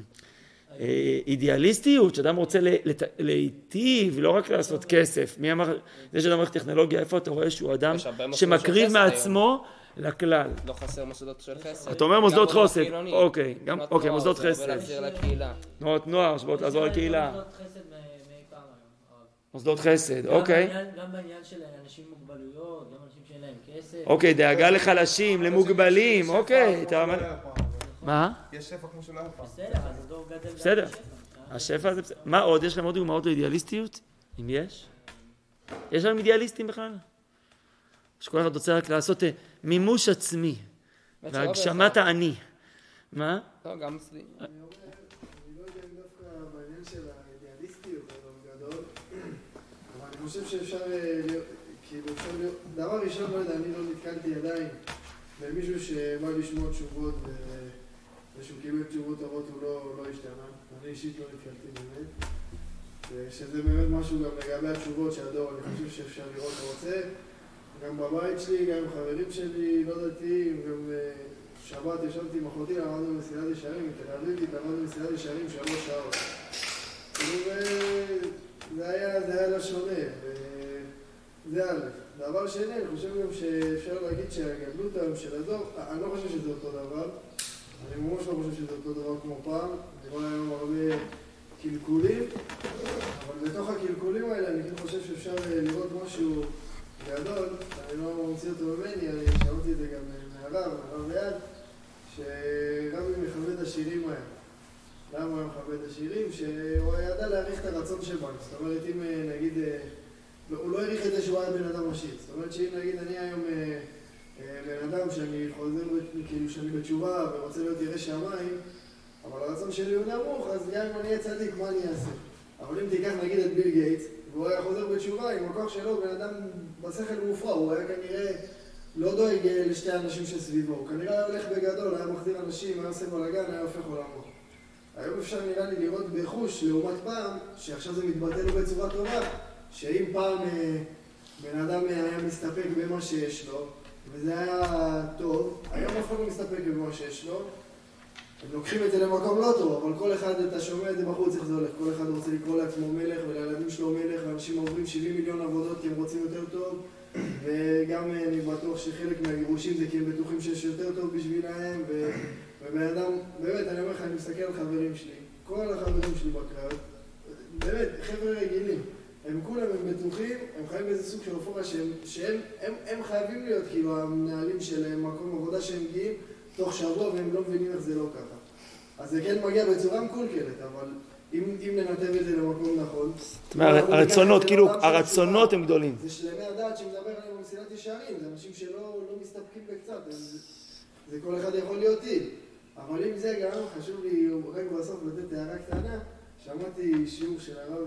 אידיאליסטיות, שאדם רוצה להיטיב, לא רק לעשות כסף. מי אמר, זה שאדם אומר טכנולוגיה, איפה אתה רואה שהוא אדם שמקריב מעצמו לכלל? לא חסר מוסדות של חסד. אתה אומר מוסדות חסד, אוקיי, גם, אוקיי, מוסדות חסד. ולהחזיר לקהילה. תנועות נוער שבאות לעזור לקהילה. מוסדות חסד מאי פעם היום. מוסדות חסד, אוקיי. גם בעניין של אנשים עם מוגבלויות, גם אנשים שאין להם כסף. אוקיי, דאגה לחלשים, למוגבלים, אוקיי. מה? יש שפע כמו שלא היה פעם. בסדר, אז הדור גדל גם בסדר. בשפע. השפע זה בסדר. מה עוד? יש לכם עוד דוגמאות לאידיאליסטיות? אם יש? יש לנו אידיאליסטים בכלל? שכל אחד רוצה רק לעשות מימוש עצמי והגשמת האני. מה? לא, גם אצלי. אני לא יודע אם דווקא בעניין של האידיאליסטיות גדול, אבל אני חושב שאפשר, כאילו אפשר להיות, דבר ראשון, לא יודע, אני לא נתקלתי עדיין במישהו שבא לשמוע תשובות ושהוא קיבל תשובות טובות הוא לא השתנה. אני אישית לא נתקלתי באמת. שזה באמת משהו גם לגבי התשובות של הדור, אני חושב שאפשר לראות ורוצה. גם בבית שלי, גם עם חברים שלי, לא דתיים, גם שבת ישבתי עם אחותי, למדנו מסילת ישרים, תל אביבית, למדנו מסילת ישרים שלוש שעות. זה היה, זה היה לא שונה, וזה א'. דבר שני, אני חושב גם שאפשר להגיד שהגדלות היום של הדור, אני לא חושב שזה אותו דבר, אני ממש לא חושב שזה אותו דבר כמו פעם, אני רואה היום הרבה קלקולים, אבל בתוך הקלקולים האלה אני כן חושב שאפשר לראות משהו גדול, אני לא ממציא אותו ממני, אני שמעתי את זה גם מהרב, מהרב ביד, שרבי מכבד השירים היה. למה הוא היה מכבד השירים? שהוא ידע להעריך את הרצון שבנו. זאת אומרת, אם נגיד, הוא לא העריך את זה שהוא היה בן אדם משיט. זאת אומרת שאם נגיד אני היום בן אדם שאני חוזר, כאילו שאני בתשובה ורוצה להיות ירא שמיים, אבל הרצון שלי הוא נמוך, אז גם אם אני אהיה צדיק, מה אני אעשה? אבל אם תיקח נגיד את ביל גייטס, והוא היה חוזר בתשובה עם הכוח שלו, בן אדם בשכל מופרע, הוא היה כנראה לא דואג לשתי האנשים שסביבו, הוא כנראה היה הולך בגדול, היה מחזיר אנשים, היה עושה בלגן, היה הופך עולמו. היום אפשר נראה לי לראות בחוש לעומת פעם, שעכשיו זה מתבטא לו בצורה טובה, שאם פעם בן אדם היה מסתפק במה שיש לו, וזה היה טוב, היום אף אחד לא מסתפק במה שיש לו, הם לוקחים את זה למקום לא טוב, אבל כל אחד, אתה שומע את זה בחוץ, איך זה הולך, כל אחד רוצה לקרוא לעצמו מלך ולילדים שלו מלך, ואנשים עוברים שבעים מיליון עבודות כי הם רוצים יותר טוב, וגם אני בטוח שחלק מהגירושים זה כי הם בטוחים שיש יותר טוב בשבילהם, ו... ובן אדם, באמת, אני אומר לך, אני מסתכל על חברים שלי, כל החברים שלי בקרב, באמת, חבר'ה רגילים, הם כולם, הם בטוחים, הם חיים באיזה סוג של אופוריה שהם, שהם הם, הם חייבים להיות כאילו המנהלים של מקום עבודה שהם מגיעים תוך שבוע והם לא מבינים איך זה לא ככה. אז זה כן מגיע בצורה מקולקלת, אבל אם, אם ננתב את זה למקום נכון... זאת אומרת, הרצונות, כאילו, הרצונות הם גדולים. זה שלמי הדעת שמדבר עליהם במסילת ישרים, זה אנשים שלא לא מסתפקים בקצת, זה, זה כל אחד יכול להיות טיל. אבל אם זה גם, חשוב לי רק בסוף לתת הערה קטנה, שמעתי שיעור של הרב,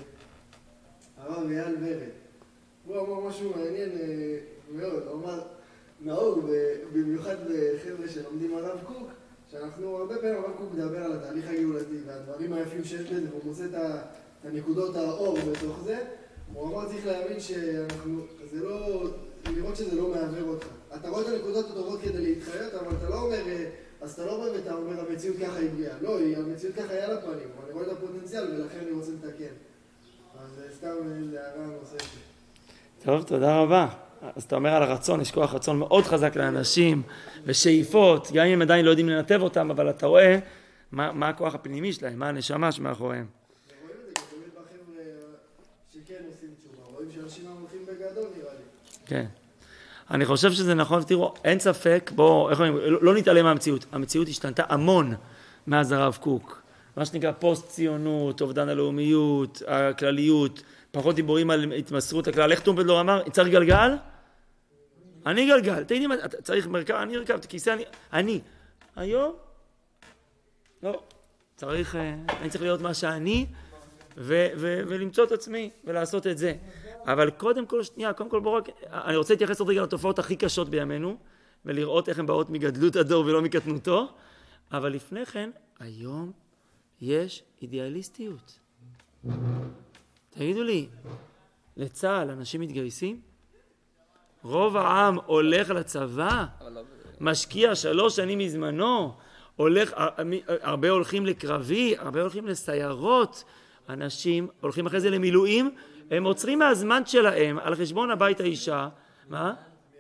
הרב אייל ורד. הוא אמר משהו מעניין מאוד, הוא אמר, נהוג, במיוחד בחבר'ה שלומדים הרב קוק, שאנחנו הרבה פעמים הרב קוק מדבר על התהליך הגאולתי והדברים היפים שיש בזה, והוא מוצא את הנקודות האור בתוך זה. הוא אמר, צריך להאמין שאנחנו, זה לא, לראות שזה לא מעבר אותך. אתה רואה את הנקודות הטובות כדי להתחיות, אבל אתה לא אומר, אז אתה לא אומר, אתה אומר, המציאות ככה היא בריאה. לא, המציאות ככה היה לפנים, אבל אני רואה את הפוטנציאל ולכן אני רוצה לתקן. אז סתם זה הערה נוספת. טוב, תודה רבה. אז אתה אומר על הרצון, יש כוח רצון מאוד חזק לאנשים, ושאיפות, גם אם הם עדיין לא יודעים לנתב אותם, אבל אתה רואה מה, מה הכוח הפנימי שלהם, מה הנשמה שמאחוריהם. רואים את זה, גם תמיד בחבר'ה שכן עושים תשובה, רואים שאנשים הולכים בגדול נראה לי. כן. אני חושב שזה נכון, תראו, אין ספק, בואו, איך אומרים, לא נתעלם מהמציאות. המציאות השתנתה המון מאז הרב קוק. מה שנקרא פוסט-ציונות, אובדן הלאומיות, הכלליות, פחות דיבורים על התמסרות הכלל. איך טרומפלדור אמר, צריך גלגל? אני גלגל. תגידי מה, צריך מרכב, אני מרכב, כיסא, אני... אני. היום? לא. צריך, אני צריך להיות מה שאני, ו- ו- ולמצוא את עצמי, ולעשות את זה. אבל קודם כל, שנייה, קודם כל בואו רק, אני רוצה להתייחס עוד רגע לתופעות הכי קשות בימינו, ולראות איך הן באות מגדלות הדור ולא מקטנותו, אבל לפני כן, היום יש אידיאליסטיות. תגידו לי, לצה"ל אנשים מתגייסים? רוב העם הולך לצבא, משקיע שלוש שנים מזמנו, הולך, הרבה הולכים לקרבי, הרבה הולכים לסיירות, אנשים הולכים אחרי זה למילואים, הם עוצרים מהזמן שלהם על חשבון הבית האישה. מה?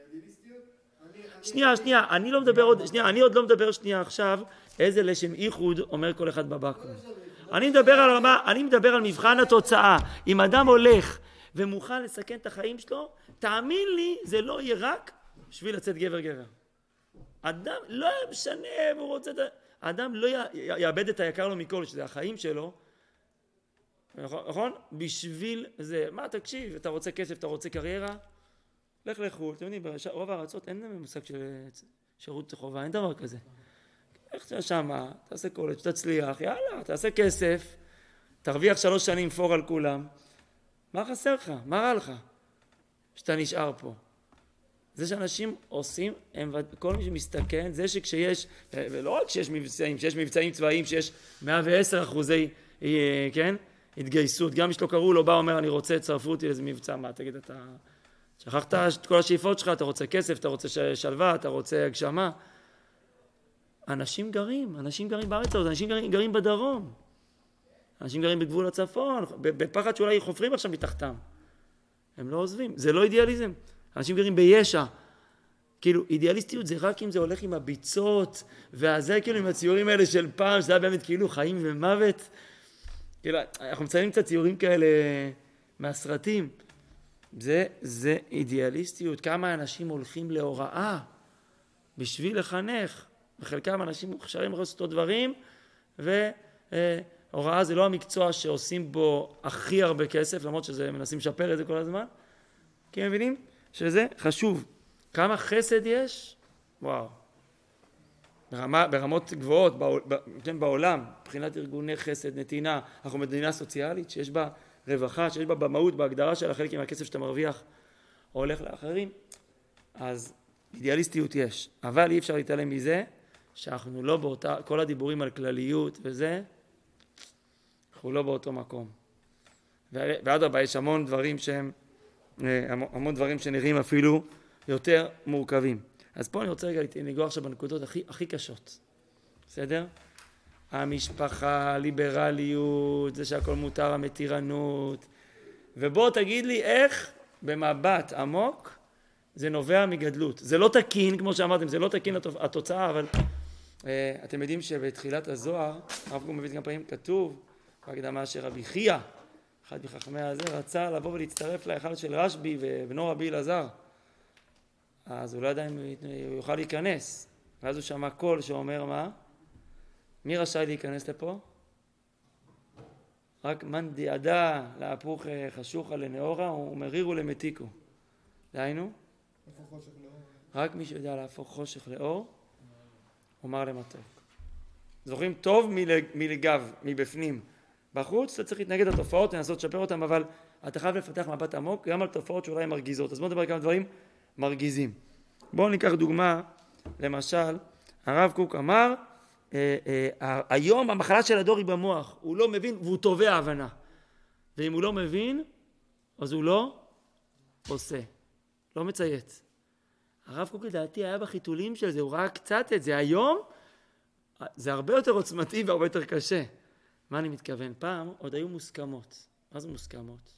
שנייה, שנייה, אני לא מדבר עוד, שנייה, אני עוד לא מדבר שנייה עכשיו איזה לשם איחוד אומר כל אחד בבקום. אני מדבר על רמה, אני מדבר על מבחן התוצאה. אם אדם הולך ומוכן לסכן את החיים שלו, תאמין לי, זה לא יהיה רק בשביל לצאת גבר גבר. אדם לא משנה, הוא רוצה, האדם לא יאבד את היקר לו מכל, שזה החיים שלו, נכון? בשביל זה, מה תקשיב, אתה רוצה כסף, אתה רוצה קריירה? לך לחו"ל, אתם יודעים, ברוב הארצות אין להם מושג של שירות חובה, אין דבר כזה. איך שמה, תעשה קולג', תצליח, יאללה, תעשה כסף, תרוויח שלוש שנים פור על כולם. מה חסר לך? מה רע לך? שאתה נשאר פה. זה שאנשים עושים, הם, כל מי שמסתכן, זה שכשיש, ולא רק שיש מבצעים, שיש מבצעים צבאיים, שיש מאה ועשר אחוזי, כן? התגייסות, גם מי שלא קראו לו בא אומר אני רוצה, צרפו אותי לאיזה מבצע, מה תגיד, אתה שכחת את כל השאיפות שלך, אתה רוצה כסף, אתה רוצה שלווה, אתה רוצה הגשמה. אנשים גרים, אנשים גרים בארץ הזאת, אנשים גרים, גרים בדרום, אנשים גרים בגבול הצפון, בפחד שאולי חופרים עכשיו מתחתם. הם לא עוזבים, זה לא אידיאליזם. אנשים גרים בישע. כאילו, אידיאליסטיות זה רק אם זה הולך עם הביצות, והזה כאילו עם הציורים האלה של פעם, שזה היה באמת כאילו חיים ומוות. כאילו, אנחנו מציינים קצת ציורים כאלה מהסרטים. זה, זה אידיאליסטיות. כמה אנשים הולכים להוראה בשביל לחנך. וחלקם אנשים מוכשרים לעשות אותו דברים, והוראה זה לא המקצוע שעושים בו הכי הרבה כסף, למרות שזה מנסים לשפר את זה כל הזמן, כי הם מבינים שזה חשוב. כמה חסד יש? וואו. ברמה, ברמות גבוהות בעולם, מבחינת ארגוני חסד, נתינה, אנחנו מדינה סוציאלית שיש בה רווחה, שיש בה במהות, בהגדרה של החלק עם הכסף שאתה מרוויח, או הולך לאחרים, אז אידיאליסטיות יש, אבל אי אפשר להתעלם מזה, שאנחנו לא באותה, כל הדיבורים על כלליות וזה, אנחנו לא באותו מקום. ואדרבה, יש המון דברים שהם, המון דברים שנראים אפילו יותר מורכבים. אז פה אני רוצה רגע לנגוע עכשיו בנקודות הכי, הכי קשות. בסדר? המשפחה, ליברליות, זה שהכל מותר, המתירנות. ובוא תגיד לי איך במבט עמוק זה נובע מגדלות. זה לא תקין, כמו שאמרתם, זה לא תקין התוצאה, אבל uh, אתם יודעים שבתחילת הזוהר, הרב קוק מביא גם פעמים כתוב, בהקדמה שרבי חייא, אחד מחכמי הזה, רצה לבוא ולהצטרף להיכל של רשב"י ובנו רבי אלעזר. אז הוא לא ידע אם הוא יוכל להיכנס. ואז הוא שמע קול שאומר מה? מי רשאי להיכנס לפה? רק מן דיעדה להפוך חשוכה לנאורה ומרירו למתיקו. דהיינו? רק מי שיודע להפוך חושך לאור, אומר למתוק. זוכרים טוב מלגב, מבפנים. בחוץ אתה צריך להתנגד לתופעות, לנסות לשפר אותם, אבל אתה חייב לפתח מבט עמוק גם על תופעות שאולי מרגיזות. אז בואו נדבר כמה דברים מרגיזים. בואו ניקח דוגמה, למשל, הרב קוק אמר, אה, אה, היום המחלה של הדור היא במוח, הוא לא מבין והוא תובע הבנה. ואם הוא לא מבין, אז הוא לא עושה, לא מציית. הרב קוק לדעתי היה בחיתולים של זה, הוא ראה קצת את זה. היום זה הרבה יותר עוצמתי והרבה יותר קשה. מה אני מתכוון? פעם עוד היו מוסכמות. מה זה מוסכמות?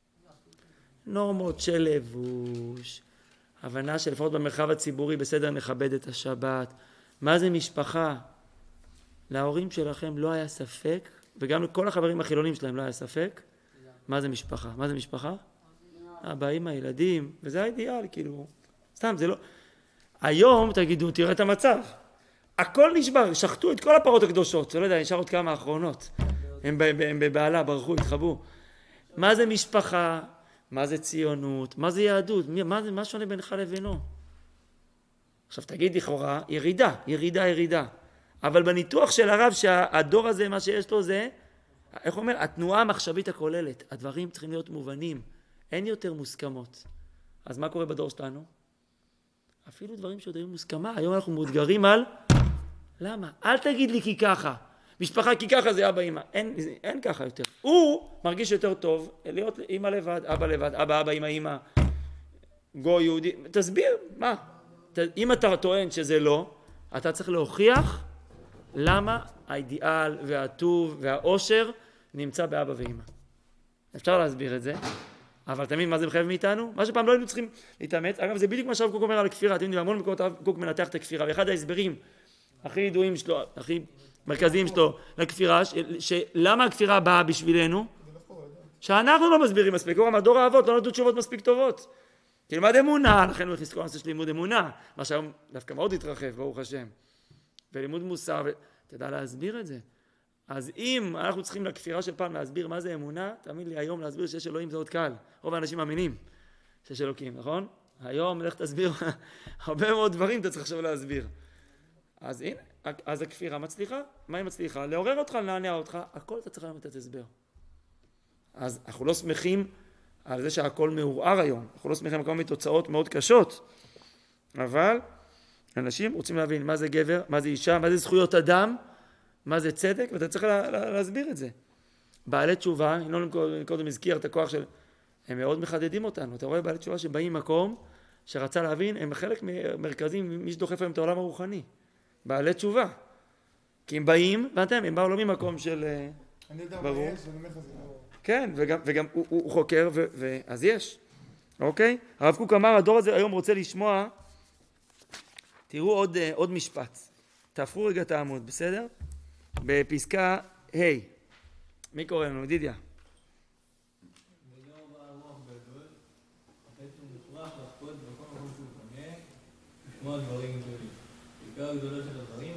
נורמות של לבוש, הבנה שלפחות במרחב הציבורי בסדר נכבד את השבת. מה זה משפחה? להורים שלכם לא היה ספק, וגם לכל החברים החילונים שלהם לא היה ספק. מה זה משפחה? מה זה משפחה? אבא, אמא, ילדים, וזה האידיאל, כאילו, סתם, זה לא... היום תגידו, תראה את המצב. הכל נשבר, שחטו את כל הפרות הקדושות, זה לא יודע, נשאר עוד כמה האחרונות. הם בבעלה, ברחו, התחבאו. מה זה משפחה? מה זה ציונות? מה זה יהדות? מה, מה שונה בינך לבינו? עכשיו תגיד לכאורה, ירידה, ירידה, ירידה. אבל בניתוח של הרב שהדור הזה, מה שיש לו זה, איך אומר? התנועה המחשבית הכוללת. הדברים צריכים להיות מובנים. אין יותר מוסכמות. אז מה קורה בדור שלנו? אפילו דברים שעוד היו מוסכמה. היום אנחנו מאותגרים על... למה? אל תגיד לי כי ככה. משפחה כי ככה זה אבא אמא. אין, אין ככה יותר. הוא מרגיש יותר טוב להיות אמא לבד, אבא לבד, אבא, אבא, אמא, אמא. גוי יהודי. תסביר, מה? אם אתה טוען שזה לא, אתה צריך להוכיח למה האידיאל והטוב והאושר נמצא באבא ואמא. אפשר להסביר את זה, אבל תמיד מה זה מחייב מאיתנו? מה שפעם לא היינו צריכים להתאמץ. אגב, זה בדיוק מה שהרב קוק אומר על הכפירה. אתם יודעים, המון מקומות הרב קוק מנתח את הכפירה, ואחד ההסברים הכי ידועים שלו, הכי מרכזיים שלו לכפירה, שלמה הכפירה באה בשבילנו? שאנחנו לא מסבירים מספיק. הוא אמר, דור האבות לא נתנו תשובות מספיק טובות. תלמד אמונה, לכן הוא הכניס כל הנושא של לימוד אמונה, מה שהיום דווקא מאוד התרחב, ברוך השם. ולימוד מוסר, ותדע להסביר את זה. אז אם אנחנו צריכים לכפירה של פעם להסביר מה זה אמונה, תאמין לי היום להסביר שיש אלוהים זה עוד קל. רוב האנשים מאמינים שיש אלוקים, נכון? היום לך תסביר הרבה מאוד דברים אתה צריך עכשיו להסביר. אז הנה, אז הכפירה מצליחה. מה היא מצליחה? לעורר אותך, לנענע אותך, הכל אתה צריך היום לתת הסבר. אז אנחנו לא שמחים על זה שהכל מעורער היום. אנחנו לא שמחים על כל מיני תוצאות מאוד קשות. אבל אנשים רוצים להבין מה זה גבר, מה זה אישה, מה זה זכויות אדם, מה זה צדק, ואתה צריך לה, לה, להסביר את זה. בעלי תשובה, ינון קודם הזכיר את הכוח של... הם מאוד מחדדים אותנו. אתה רואה בעלי תשובה שבאים מקום שרצה להבין, הם חלק מרכזי, מי שדוחף להם את העולם הרוחני. בעלי תשובה. כי הם באים, ואתם, הם באו לא ממקום של... אני יודע מה יש, אני אומר לך זה לא... כן, וגם, וגם הוא, הוא חוקר, ו, ו, אז יש. אוקיי? הרב קוק אמר, הדור הזה היום רוצה לשמוע, תראו עוד, עוד משפט. תהפכו רגע את העמוד, בסדר? בפסקה ה'. מי קורא לנו? דידיה. וגם הרוח גדול, בעצם מוכרח לחפות בכל מקום שהוא פונה, לשמוע דברים גדולים. בעיקר הגדולה של הדברים,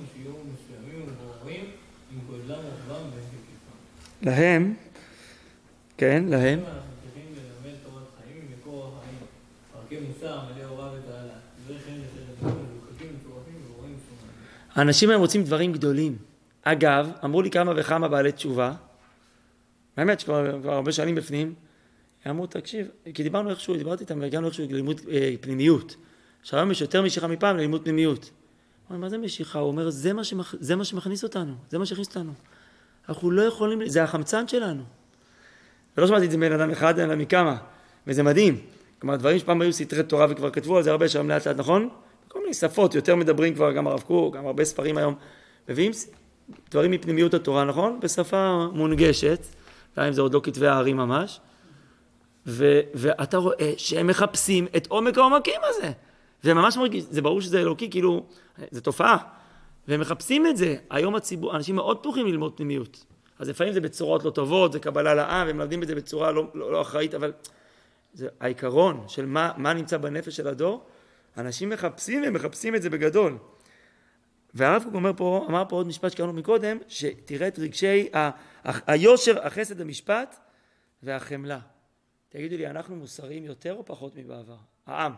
עם גודלם ורוחבם והיקפם. להם, כן, להם. אנחנו צריכים ללמד תורת חיים ממקור החיים. ערכי מוסר, מלא הוראה ותעלה. דברי חיים יותר גדולים, מבוקקים, מטורפים ורואים שומעים. האנשים הם רוצים דברים גדולים. אגב, אמרו לי כמה וכמה בעלי תשובה, באמת שכבר כבר הרבה שנים בפנים, אמרו, תקשיב, כי דיברנו איכשהו, דיברתי איתם והגענו איכשהו ללימוד אה, פנימיות. שהיום יש יותר משיכה מפעם ללימוד פנימיות. אומר, מה זה משיכה? הוא אומר, זה מה, שמכ... זה מה שמכניס אותנו, זה מה שהכניס אותנו. אנחנו לא יכולים, זה החמצן שלנו. ולא שמעתי את זה בין אדם אחד, אלא מכמה, וזה מדהים. כלומר, דברים שפעם היו סתרי תורה וכבר כתבו על זה הרבה שם לאט לאט, נכון? כל מיני שפות, יותר מדברים כבר, גם הרב קוק, גם הרבה ספרים היום, מביאים דברים מפנימיות התורה, נכון? בשפה מונגשת, גם אם זה עוד לא כתבי הערים ממש, ו- ואתה רואה שהם מחפשים את עומק העומקים הזה. זה ממש מרגיש, זה ברור שזה אלוקי, כאילו, זה תופעה. והם מחפשים את זה. היום הציבור, אנשים מאוד פתוחים ללמוד פנימיות. אז לפעמים זה בצורות לא טובות, זה קבלה לעם, והם מלמדים את זה בצורה לא, לא, לא אחראית, אבל זה העיקרון של מה, מה נמצא בנפש של הדור. אנשים מחפשים והם מחפשים את זה בגדול. והרב קוק אומר פה, אמר פה עוד משפט שקראנו מקודם, שתראה את רגשי ה- ה- היושר, החסד, המשפט והחמלה. תגידו לי, אנחנו מוסריים יותר או פחות מבעבר? העם.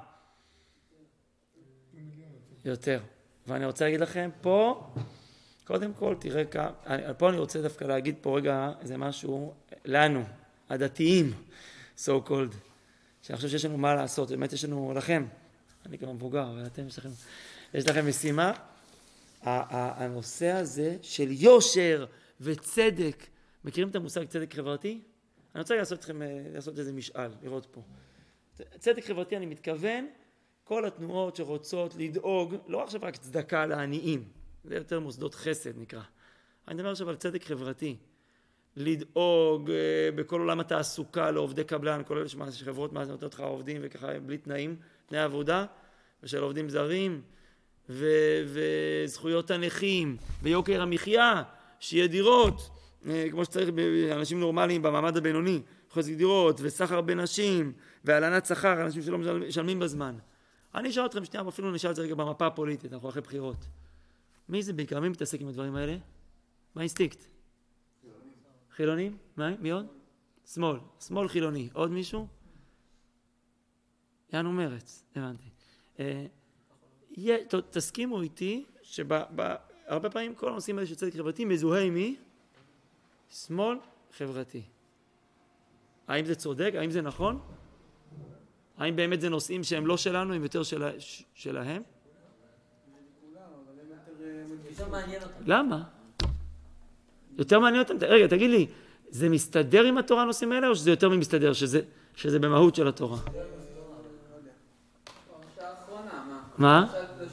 יותר. ואני רוצה להגיד לכם, פה, קודם כל, תראה כמה, פה אני רוצה דווקא להגיד פה רגע איזה משהו לנו, הדתיים, so called, שאני חושב שיש לנו מה לעשות, באמת יש לנו לכם, אני כבר מבוגר, אבל אתם יש לכם, יש לכם משימה, הנושא הזה של יושר וצדק, מכירים את המושג צדק חברתי? אני רוצה לעשות אתכם, לעשות איזה משאל, לראות פה. צדק חברתי אני מתכוון, כל התנועות שרוצות לדאוג, לא עכשיו רק צדקה לעניים, זה יותר מוסדות חסד נקרא. אני מדבר עכשיו על צדק חברתי. לדאוג בכל עולם התעסוקה לעובדי קבלן, כל אלה שחברות נותנות לך עובדים וככה בלי תנאים, תנאי עבודה, ושל עובדים זרים, ו- וזכויות הנכים, ויוקר המחיה, שיהיה דירות, כמו שצריך באנשים נורמליים במעמד הבינוני, חוזק דירות, וסחר בנשים, והלנת שכר, אנשים שלא משלמים בזמן. אני אשאל אתכם שנייה, אפילו נשאל את זה רגע במפה הפוליטית, אנחנו אחרי בחירות. מי זה בעיקר? מי מתעסק עם הדברים האלה? מה אינסטינקט? חילונים? מה? מי עוד? שמאל. שמאל חילוני. עוד מישהו? יענו מרץ, הבנתי. תסכימו איתי שהרבה פעמים כל הנושאים האלה של צדק חברתי מזוהה עם מי? שמאל חברתי. האם זה צודק? האם זה נכון? האם באמת זה נושאים שהם לא שלנו, הם יותר שלה, ש, שלהם? יותר מעניין אותם. למה? יותר מעניין אותם? רגע, תגיד לי, זה מסתדר עם התורה הנושאים האלה, או שזה יותר ממסתדר, שזה, שזה במהות של התורה? מה?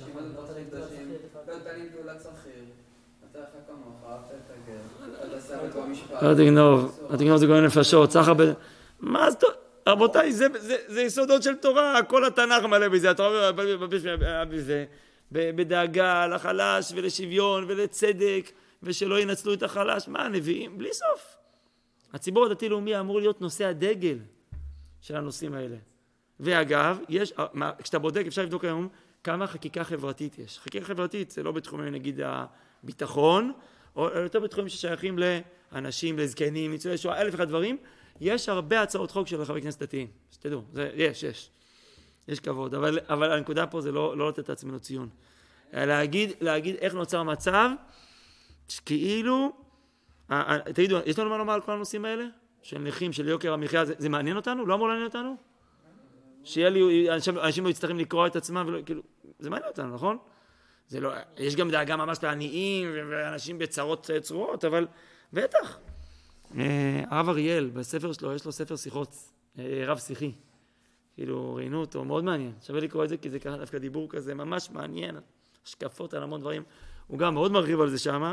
לא תגנוב, לא תגנוב זה גורם נפשות, סחר ב... מה זה... רבותיי, זה, זה, זה יסודות של תורה, כל התנ"ך מלא בזה, התורה בזה, בדאגה לחלש ולשוויון ולצדק, ושלא ינצלו את החלש, מה הנביאים? בלי סוף. הציבור הדתי-לאומי אמור להיות נושא הדגל של הנושאים האלה. ואגב, יש, כשאתה בודק, אפשר לבדוק היום כמה חקיקה חברתית יש. חקיקה חברתית זה לא בתחומים, נגיד, הביטחון, או יותר בתחומים ששייכים לאנשים, לזקנים, ניצולי שואה, אלף אחד דברים, יש הרבה הצעות חוק של חברי כנסת דתיים, שתדעו, זה, יש, יש, יש כבוד, אבל, אבל הנקודה פה זה לא, לא לתת את עצמנו ציון, להגיד, להגיד איך נוצר מצב, שכאילו, תגידו, יש לנו מה לומר על כל הנושאים האלה? של נכים, של יוקר המחיה, זה, זה מעניין אותנו? לא אמור לעניין אותנו? שיהיה לי, אנשים, אנשים לא יצטרכים לקרוא את עצמם, ולא, כאילו, זה מעניין אותנו, נכון? זה לא, יש גם דאגה ממש לעניים, ואנשים בצרות צרורות, אבל בטח. הרב אריאל, בספר שלו, יש לו ספר שיחות, רב שיחי. כאילו, ראינו אותו, מאוד מעניין. שווה לקרוא את זה, כי זה ככה דווקא דיבור כזה, ממש מעניין, השקפות על המון דברים. הוא גם מאוד מרחיב על זה שמה.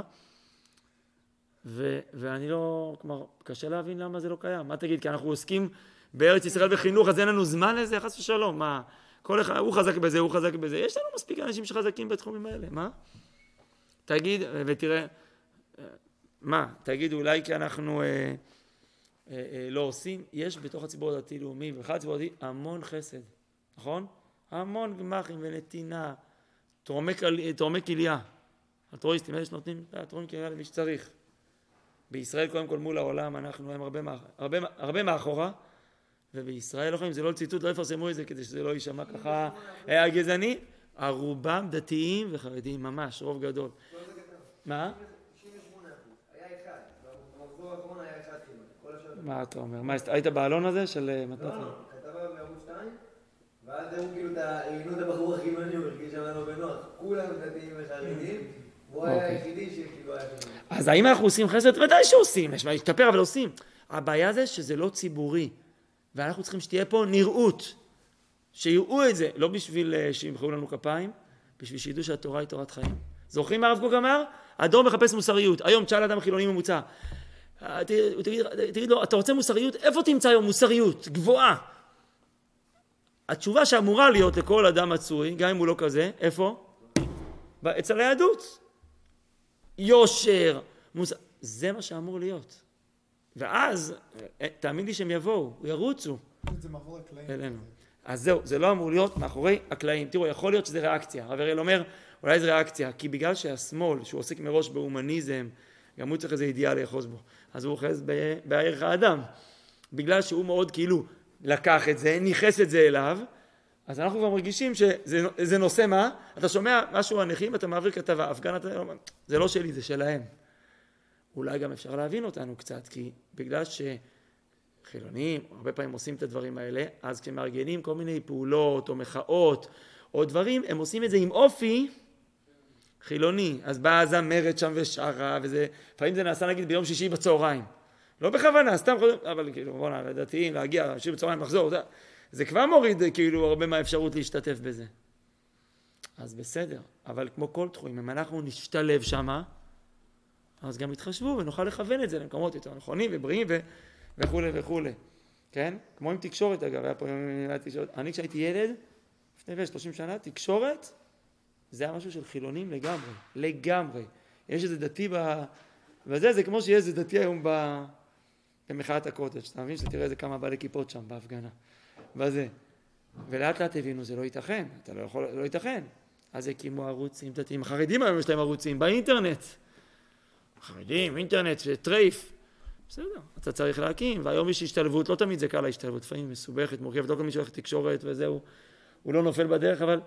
ו- ואני לא, כלומר, קשה להבין למה זה לא קיים. מה תגיד, כי אנחנו עוסקים בארץ ישראל בחינוך, אז אין לנו זמן לזה, חס ושלום. מה? כל אחד, הוא חזק בזה, הוא חזק בזה. יש לנו מספיק אנשים שחזקים בתחומים האלה, מה? תגיד, ותראה, מה? תגיד, אולי כי אנחנו אה, אה, אה, לא עושים, יש בתוך הציבור הדתי-לאומי, ובכלל הציבור הדתי, המון חסד, נכון? המון גמחים ונתינה, תורמי כליה. אלטרואיסטים, אלה שנותנים אלטרואיסטים קריאה למי שצריך. בישראל קודם כל מול העולם אנחנו הם הרבה, הרבה, הרבה מאחורה, ובישראל לא חיים, זה לא ציטוט, לא יפרסמו את זה כדי שזה לא יישמע ככה הגזעני, הרובם דתיים וחרדים, ממש, רוב גדול. מה? שישים ושמונה אחוז, היה אחד, במחזור האחרון היה אחד כמעט. מה אתה אומר? מה, היית בעלון הזה של מתנת? לא, כתבה בערוץ שתיים, ואז הם כאילו ראיינו את הבחור החילוני, הוא הרגיש לנו בנוח, כולם דתיים וחרדים, והוא היה היחידי שכאילו היה חילוני. אז האם אנחנו עושים חסד? ודאי שעושים, יש מה להשתפר, אבל עושים. הבעיה זה שזה לא ציבורי, ואנחנו צריכים שתהיה פה נראות, שיראו את זה, לא בשביל שימחאו לנו כפיים, בשביל שידעו שהתורה היא תורת חיים. זוכרים מה הרב קוק אמר? הדור מחפש מוסריות. היום תשאל אדם חילוני ממוצע. תגיד, תגיד לו, אתה רוצה מוסריות? איפה תמצא היום מוסריות? גבוהה. התשובה שאמורה להיות לכל אדם מצוי, גם אם הוא לא כזה, איפה? אצל היהדות. יושר, מוסר... זה מה שאמור להיות. ואז, תאמין לי שהם יבואו, ירוצו. זה מאחורי הקלעים. אלינו. אז זהו, זה לא אמור להיות מאחורי הקלעים. תראו, יכול להיות שזה ריאקציה. הרב הראל אומר, אולי זה ריאקציה, כי בגלל שהשמאל, שהוא עוסק מראש בהומניזם, גם הוא צריך איזה אידיאל לאחוז בו. אז הוא אוחז בערך האדם. בגלל שהוא מאוד כאילו לקח את זה, ניחס את זה אליו, אז אנחנו כבר מרגישים שזה נושא מה? אתה שומע משהו הנכים, אתה מעביר כתבה, אפגן, אתה... זה לא שלי, זה שלהם. אולי גם אפשר להבין אותנו קצת, כי בגלל שחילונים הרבה פעמים עושים את הדברים האלה, אז כשמארגנים כל מיני פעולות או מחאות או דברים, הם עושים את זה עם אופי חילוני. אז באה הזמרת שם ושרה, וזה, לפעמים זה נעשה נגיד ביום שישי בצהריים. לא בכוונה, סתם חוזר, אבל כאילו, בוא נע, לדעתיים, להגיע, שישי בצהריים, לחזור, זה, זה כבר מוריד כאילו הרבה מהאפשרות להשתתף בזה. אז בסדר, אבל כמו כל תחומים, אם אנחנו נשתלב שמה, אז גם יתחשבו ונוכל לכוון את זה למקומות יותר נכונים ובריאים ו... וכו' וכו'. כן? כמו עם תקשורת אגב, היה פה עם תקשורת. אני כשהייתי ילד, לפני שלושים שנה, תקשורת זה היה משהו של חילונים לגמרי, לגמרי. יש איזה דתי ב... וזה, זה כמו שיש איזה דתי היום ב... במחאת הקוטג'. אתה מבין שתראה איזה כמה בעלי כיפות שם בהפגנה. וזה. ולאט לאט הבינו, זה לא ייתכן. אתה לא יכול, לא ייתכן. אז הקימו ערוצים דתיים. החרדים היום יש להם ערוצים באינטרנט. חרדים, אינטרנט, טרייף. בסדר, אתה צריך להקים. והיום יש השתלבות, לא תמיד זה קל להשתלבות. לפעמים מסובכת, מורכבת, לא כל מי שהולך תקשורת וזהו. הוא לא נופל בדרך, אבל...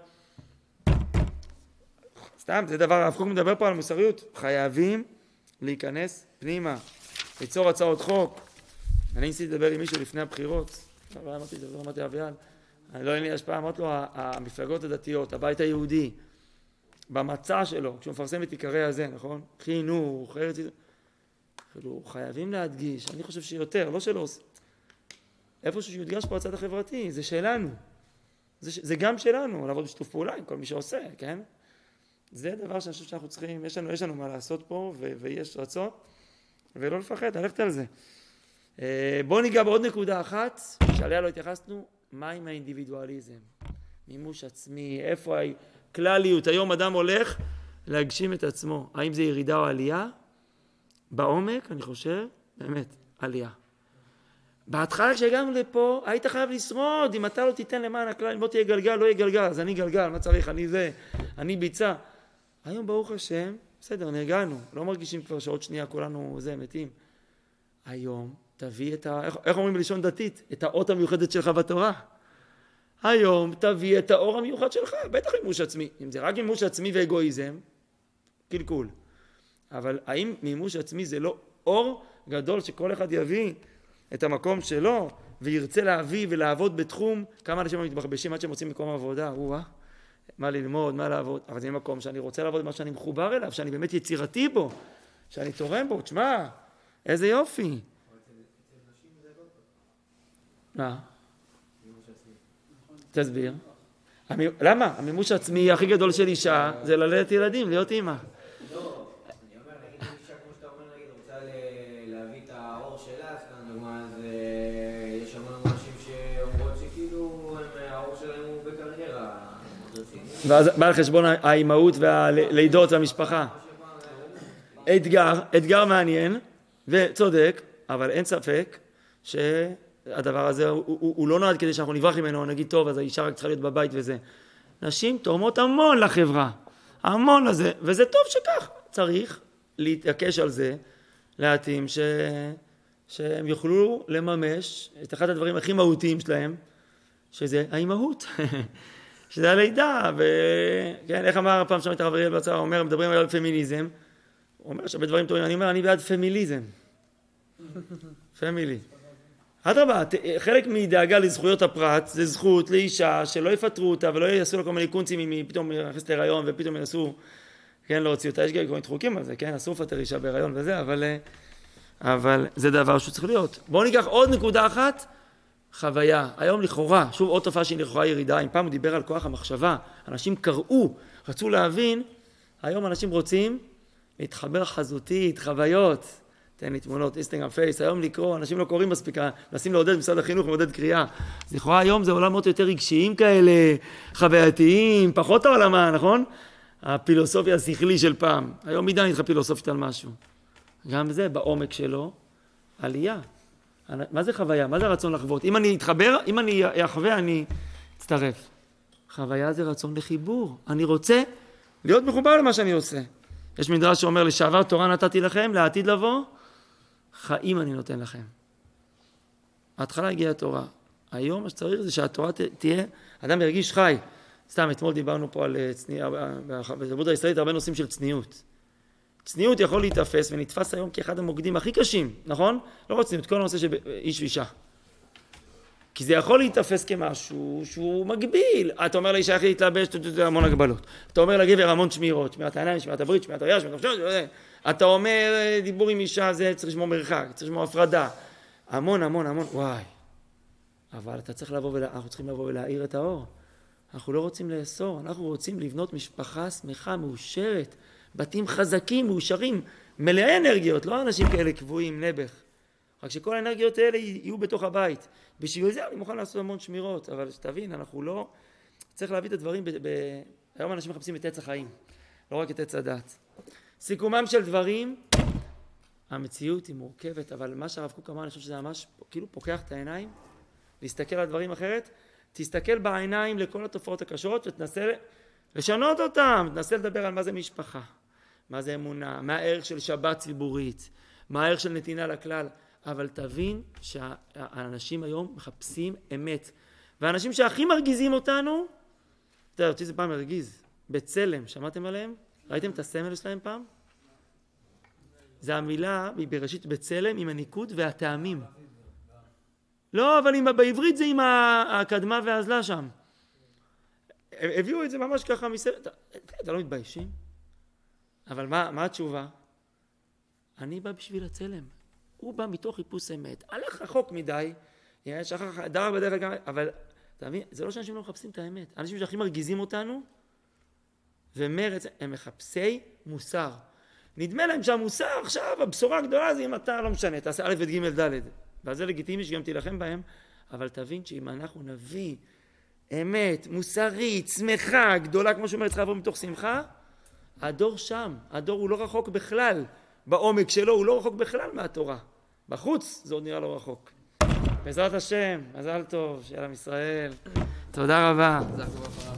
סתם, זה דבר, הרב קוק מדבר פה על מוסריות. חייבים להיכנס פנימה, ליצור הצעות חוק. אני ניסיתי לדבר עם מישהו לפני הבחירות. לא אמרתי את זה, לא אמרתי אביעל. אני לא אין לי השפעה, אמרת לו, המפלגות הדתיות, הבית היהודי, במצע שלו, כשהוא מפרסם את עיקרי הזה, נכון? חינוך, ארץ... כאילו, חייבים להדגיש, אני חושב שיותר, לא שלא עושה. איפשהו שיודגש פה הצד החברתי, זה שלנו. זה, זה גם שלנו, לעבוד בשיתוף פעולה עם כל מי שעושה, כן? זה דבר שאני חושב שאנחנו צריכים, יש לנו, יש לנו מה לעשות פה, ו- ויש רצון, ולא לפחד, ללכת על זה. בואו ניגע בעוד נקודה אחת, שעליה לא התייחסנו, מה עם האינדיבידואליזם? מימוש עצמי, איפה הכלליות? היום אדם הולך להגשים את עצמו. האם זה ירידה או עלייה? בעומק, אני חושב, באמת, עלייה. בהתחלה כשהגענו לפה, היית חייב לשרוד, אם אתה לא תיתן למען הכלל, אם לא תהיה גלגל, לא יהיה גלגל, אז אני גלגל, מה צריך? אני זה, אני ביצע. היום ברוך השם, בסדר, נרגענו, לא מרגישים כבר שעוד שנייה כולנו זה, מתים. היום תביא את ה... איך, איך אומרים בלשון דתית? את האות המיוחדת שלך בתורה. היום תביא את האור המיוחד שלך, בטח מימוש עצמי. אם זה רק מימוש עצמי ואגואיזם, קלקול. אבל האם מימוש עצמי זה לא אור גדול שכל אחד יביא את המקום שלו וירצה להביא ולעבוד בתחום? כמה אנשים מתבחבשים עד שהם מוצאים מקום עבודה, וואה, מה ללמוד, מה לעבוד, אבל זה מקום שאני רוצה לעבוד מה שאני מחובר אליו, שאני באמת יצירתי בו, שאני תורם בו, תשמע, איזה יופי. מה? תסביר. למה? המימוש העצמי הכי גדול של אישה זה ללדת ילדים, להיות אימא. לא, אני אומר, נגיד אישה כמו שאתה אומר, נגיד, רוצה להביא את האור שלה, סתם דוגמה, אז יש המון אנשים שאומרות שכאילו האור שלהם הוא בקריירה. ואז בא על חשבון האימהות והלידות והמשפחה. אתגר, אתגר מעניין וצודק, אבל אין ספק שהדבר הזה הוא, הוא, הוא לא נועד כדי שאנחנו נברח ממנו, נגיד טוב, אז האישה רק צריכה להיות בבית וזה. נשים תורמות המון לחברה, המון לזה, וזה טוב שכך. צריך להתעקש על זה, להתאים ש... שהם יוכלו לממש את אחד הדברים הכי מהותיים שלהם, שזה האימהות, שזה הלידה, וכן, איך אמר הפעם שם את הרב אריאל בצבא, הוא אומר, מדברים על פמיניזם, הוא אומר שהרבה דברים טובים, אני אומר, אני בעד פמיליזם, פמילי. אדרבה, חלק מדאגה לזכויות הפרט, זה זכות לאישה שלא יפטרו אותה ולא יעשו לה כל מיני קונצים אם היא פתאום נכנסת להיריון ופתאום ינסו, כן, להוציא אותה, יש גם כל מיני חוקים על זה, כן, אסור לפטר אישה בהיריון וזה, אבל, אבל זה דבר שצריך להיות. בואו ניקח עוד נקודה אחת, חוויה. היום לכאורה, שוב עוד תופעה שהיא לכאורה ירידה, אם פעם הוא דיבר על כוח המחשבה, אנשים קראו, רצו להבין, היום אנשים רוצים להתחבר חזותית, חוויות, תן לי תמונות, אינסטגרם, פייס, היום לקרוא, אנשים לא קוראים מספיק, מנסים לעודד, משרד החינוך מעודד קריאה. אז לכאורה היום זה עולמות יותר רגשיים כאלה, חווייתיים, פחות העולמה, נכון? הפילוסופיה השכלי של פעם. היום מדי נתחיל פילוסופית על משהו. גם זה בעומק שלו, עלייה. מה זה חוויה? מה זה רצון לחוות? אם אני אתחבר, אם אני אחווה, אני אצטרף. חוויה זה רצון לחיבור. אני רוצה להיות מחובר למה שאני עושה. יש מדרש שאומר, לשעבר תורה נתתי לכם, לעתיד לבוא, חיים אני נותן לכם. ההתחלה הגיעה התורה. היום מה שצריך זה שהתורה תהיה, אדם ירגיש חי. סתם, אתמול דיברנו פה על צניעות, בתרבות הישראלית הרבה נושאים של צניעות. צניעות יכול להתאפס ונתפס היום כאחד המוקדים הכי קשים, נכון? לא רוצים את כל הנושא של איש ואישה. כי זה יכול להתאפס כמשהו שהוא מגביל. אתה אומר לאישה איך להתלבש, המון הגבלות. אתה אומר לגבר המון שמירות, שמירת העיניים, שמירת הברית, שמירת הראייה, שמירת הפשוט. אתה אומר דיבור עם אישה, זה צריך לשמור מרחק, צריך לשמור הפרדה. המון, המון, המון, וואי. אבל אתה צריך לבוא ולה... אנחנו צריכים לבוא ולהאיר את האור. אנחנו לא רוצים לאסור, אנחנו רוצים לבנות משפחה שמחה, מאושרת, בתים חזקים, מאושרים, מלאי אנרגיות, לא אנשים כאלה קבועים, נבח. רק שכל האנרגיות האלה יהיו בתוך הבית. בשביל זה אני מוכן לעשות המון שמירות, אבל שתבין, אנחנו לא... צריך להביא את הדברים ב... ב... היום אנשים מחפשים את עץ החיים, לא רק את עץ הדת. סיכומם של דברים, המציאות היא מורכבת, אבל מה שהרב קוק אמר, אני חושב שזה ממש כאילו פוקח את העיניים, להסתכל על דברים אחרת, תסתכל בעיניים לכל התופעות הקשות ותנסה לשנות אותם, תנסה לדבר על מה זה משפחה, מה זה אמונה, מה הערך של שבת ציבורית, מה הערך של נתינה לכלל, אבל תבין שהאנשים היום מחפשים אמת, והאנשים שהכי מרגיזים אותנו, אתה יודע, אותי זה פעם מרגיז, בצלם, שמעתם עליהם? ראיתם את הסמל שלהם פעם? זה המילה בראשית בצלם עם הניקוד והטעמים. לא, אבל עם, בעברית זה עם הקדמה והאזלה שם. הביאו את זה ממש ככה מסלם. אתה, אתה לא מתביישים? אבל מה, מה התשובה? אני בא בשביל הצלם. הוא בא מתוך חיפוש אמת. הלך רחוק מדי, שכח, דרך בדרך גם, אבל אתה מבין, זה לא שאנשים לא מחפשים את האמת. אנשים שהכי מרגיזים אותנו, ומרץ, הם מחפשי מוסר. נדמה להם שהמוסר עכשיו, הבשורה הגדולה זה אם אתה לא משנה, תעשה א' וג' ד'. ועל זה לגיטימי שגם תילחם בהם, אבל תבין שאם אנחנו נביא אמת, מוסרית, שמחה, גדולה, כמו שאומר, צריך לעבור מתוך שמחה, הדור שם, הדור הוא לא רחוק בכלל, בעומק שלו הוא לא רחוק בכלל מהתורה. בחוץ זה עוד נראה לא רחוק. בעזרת השם, מזל טוב, שיהיה עם ישראל. תודה רבה.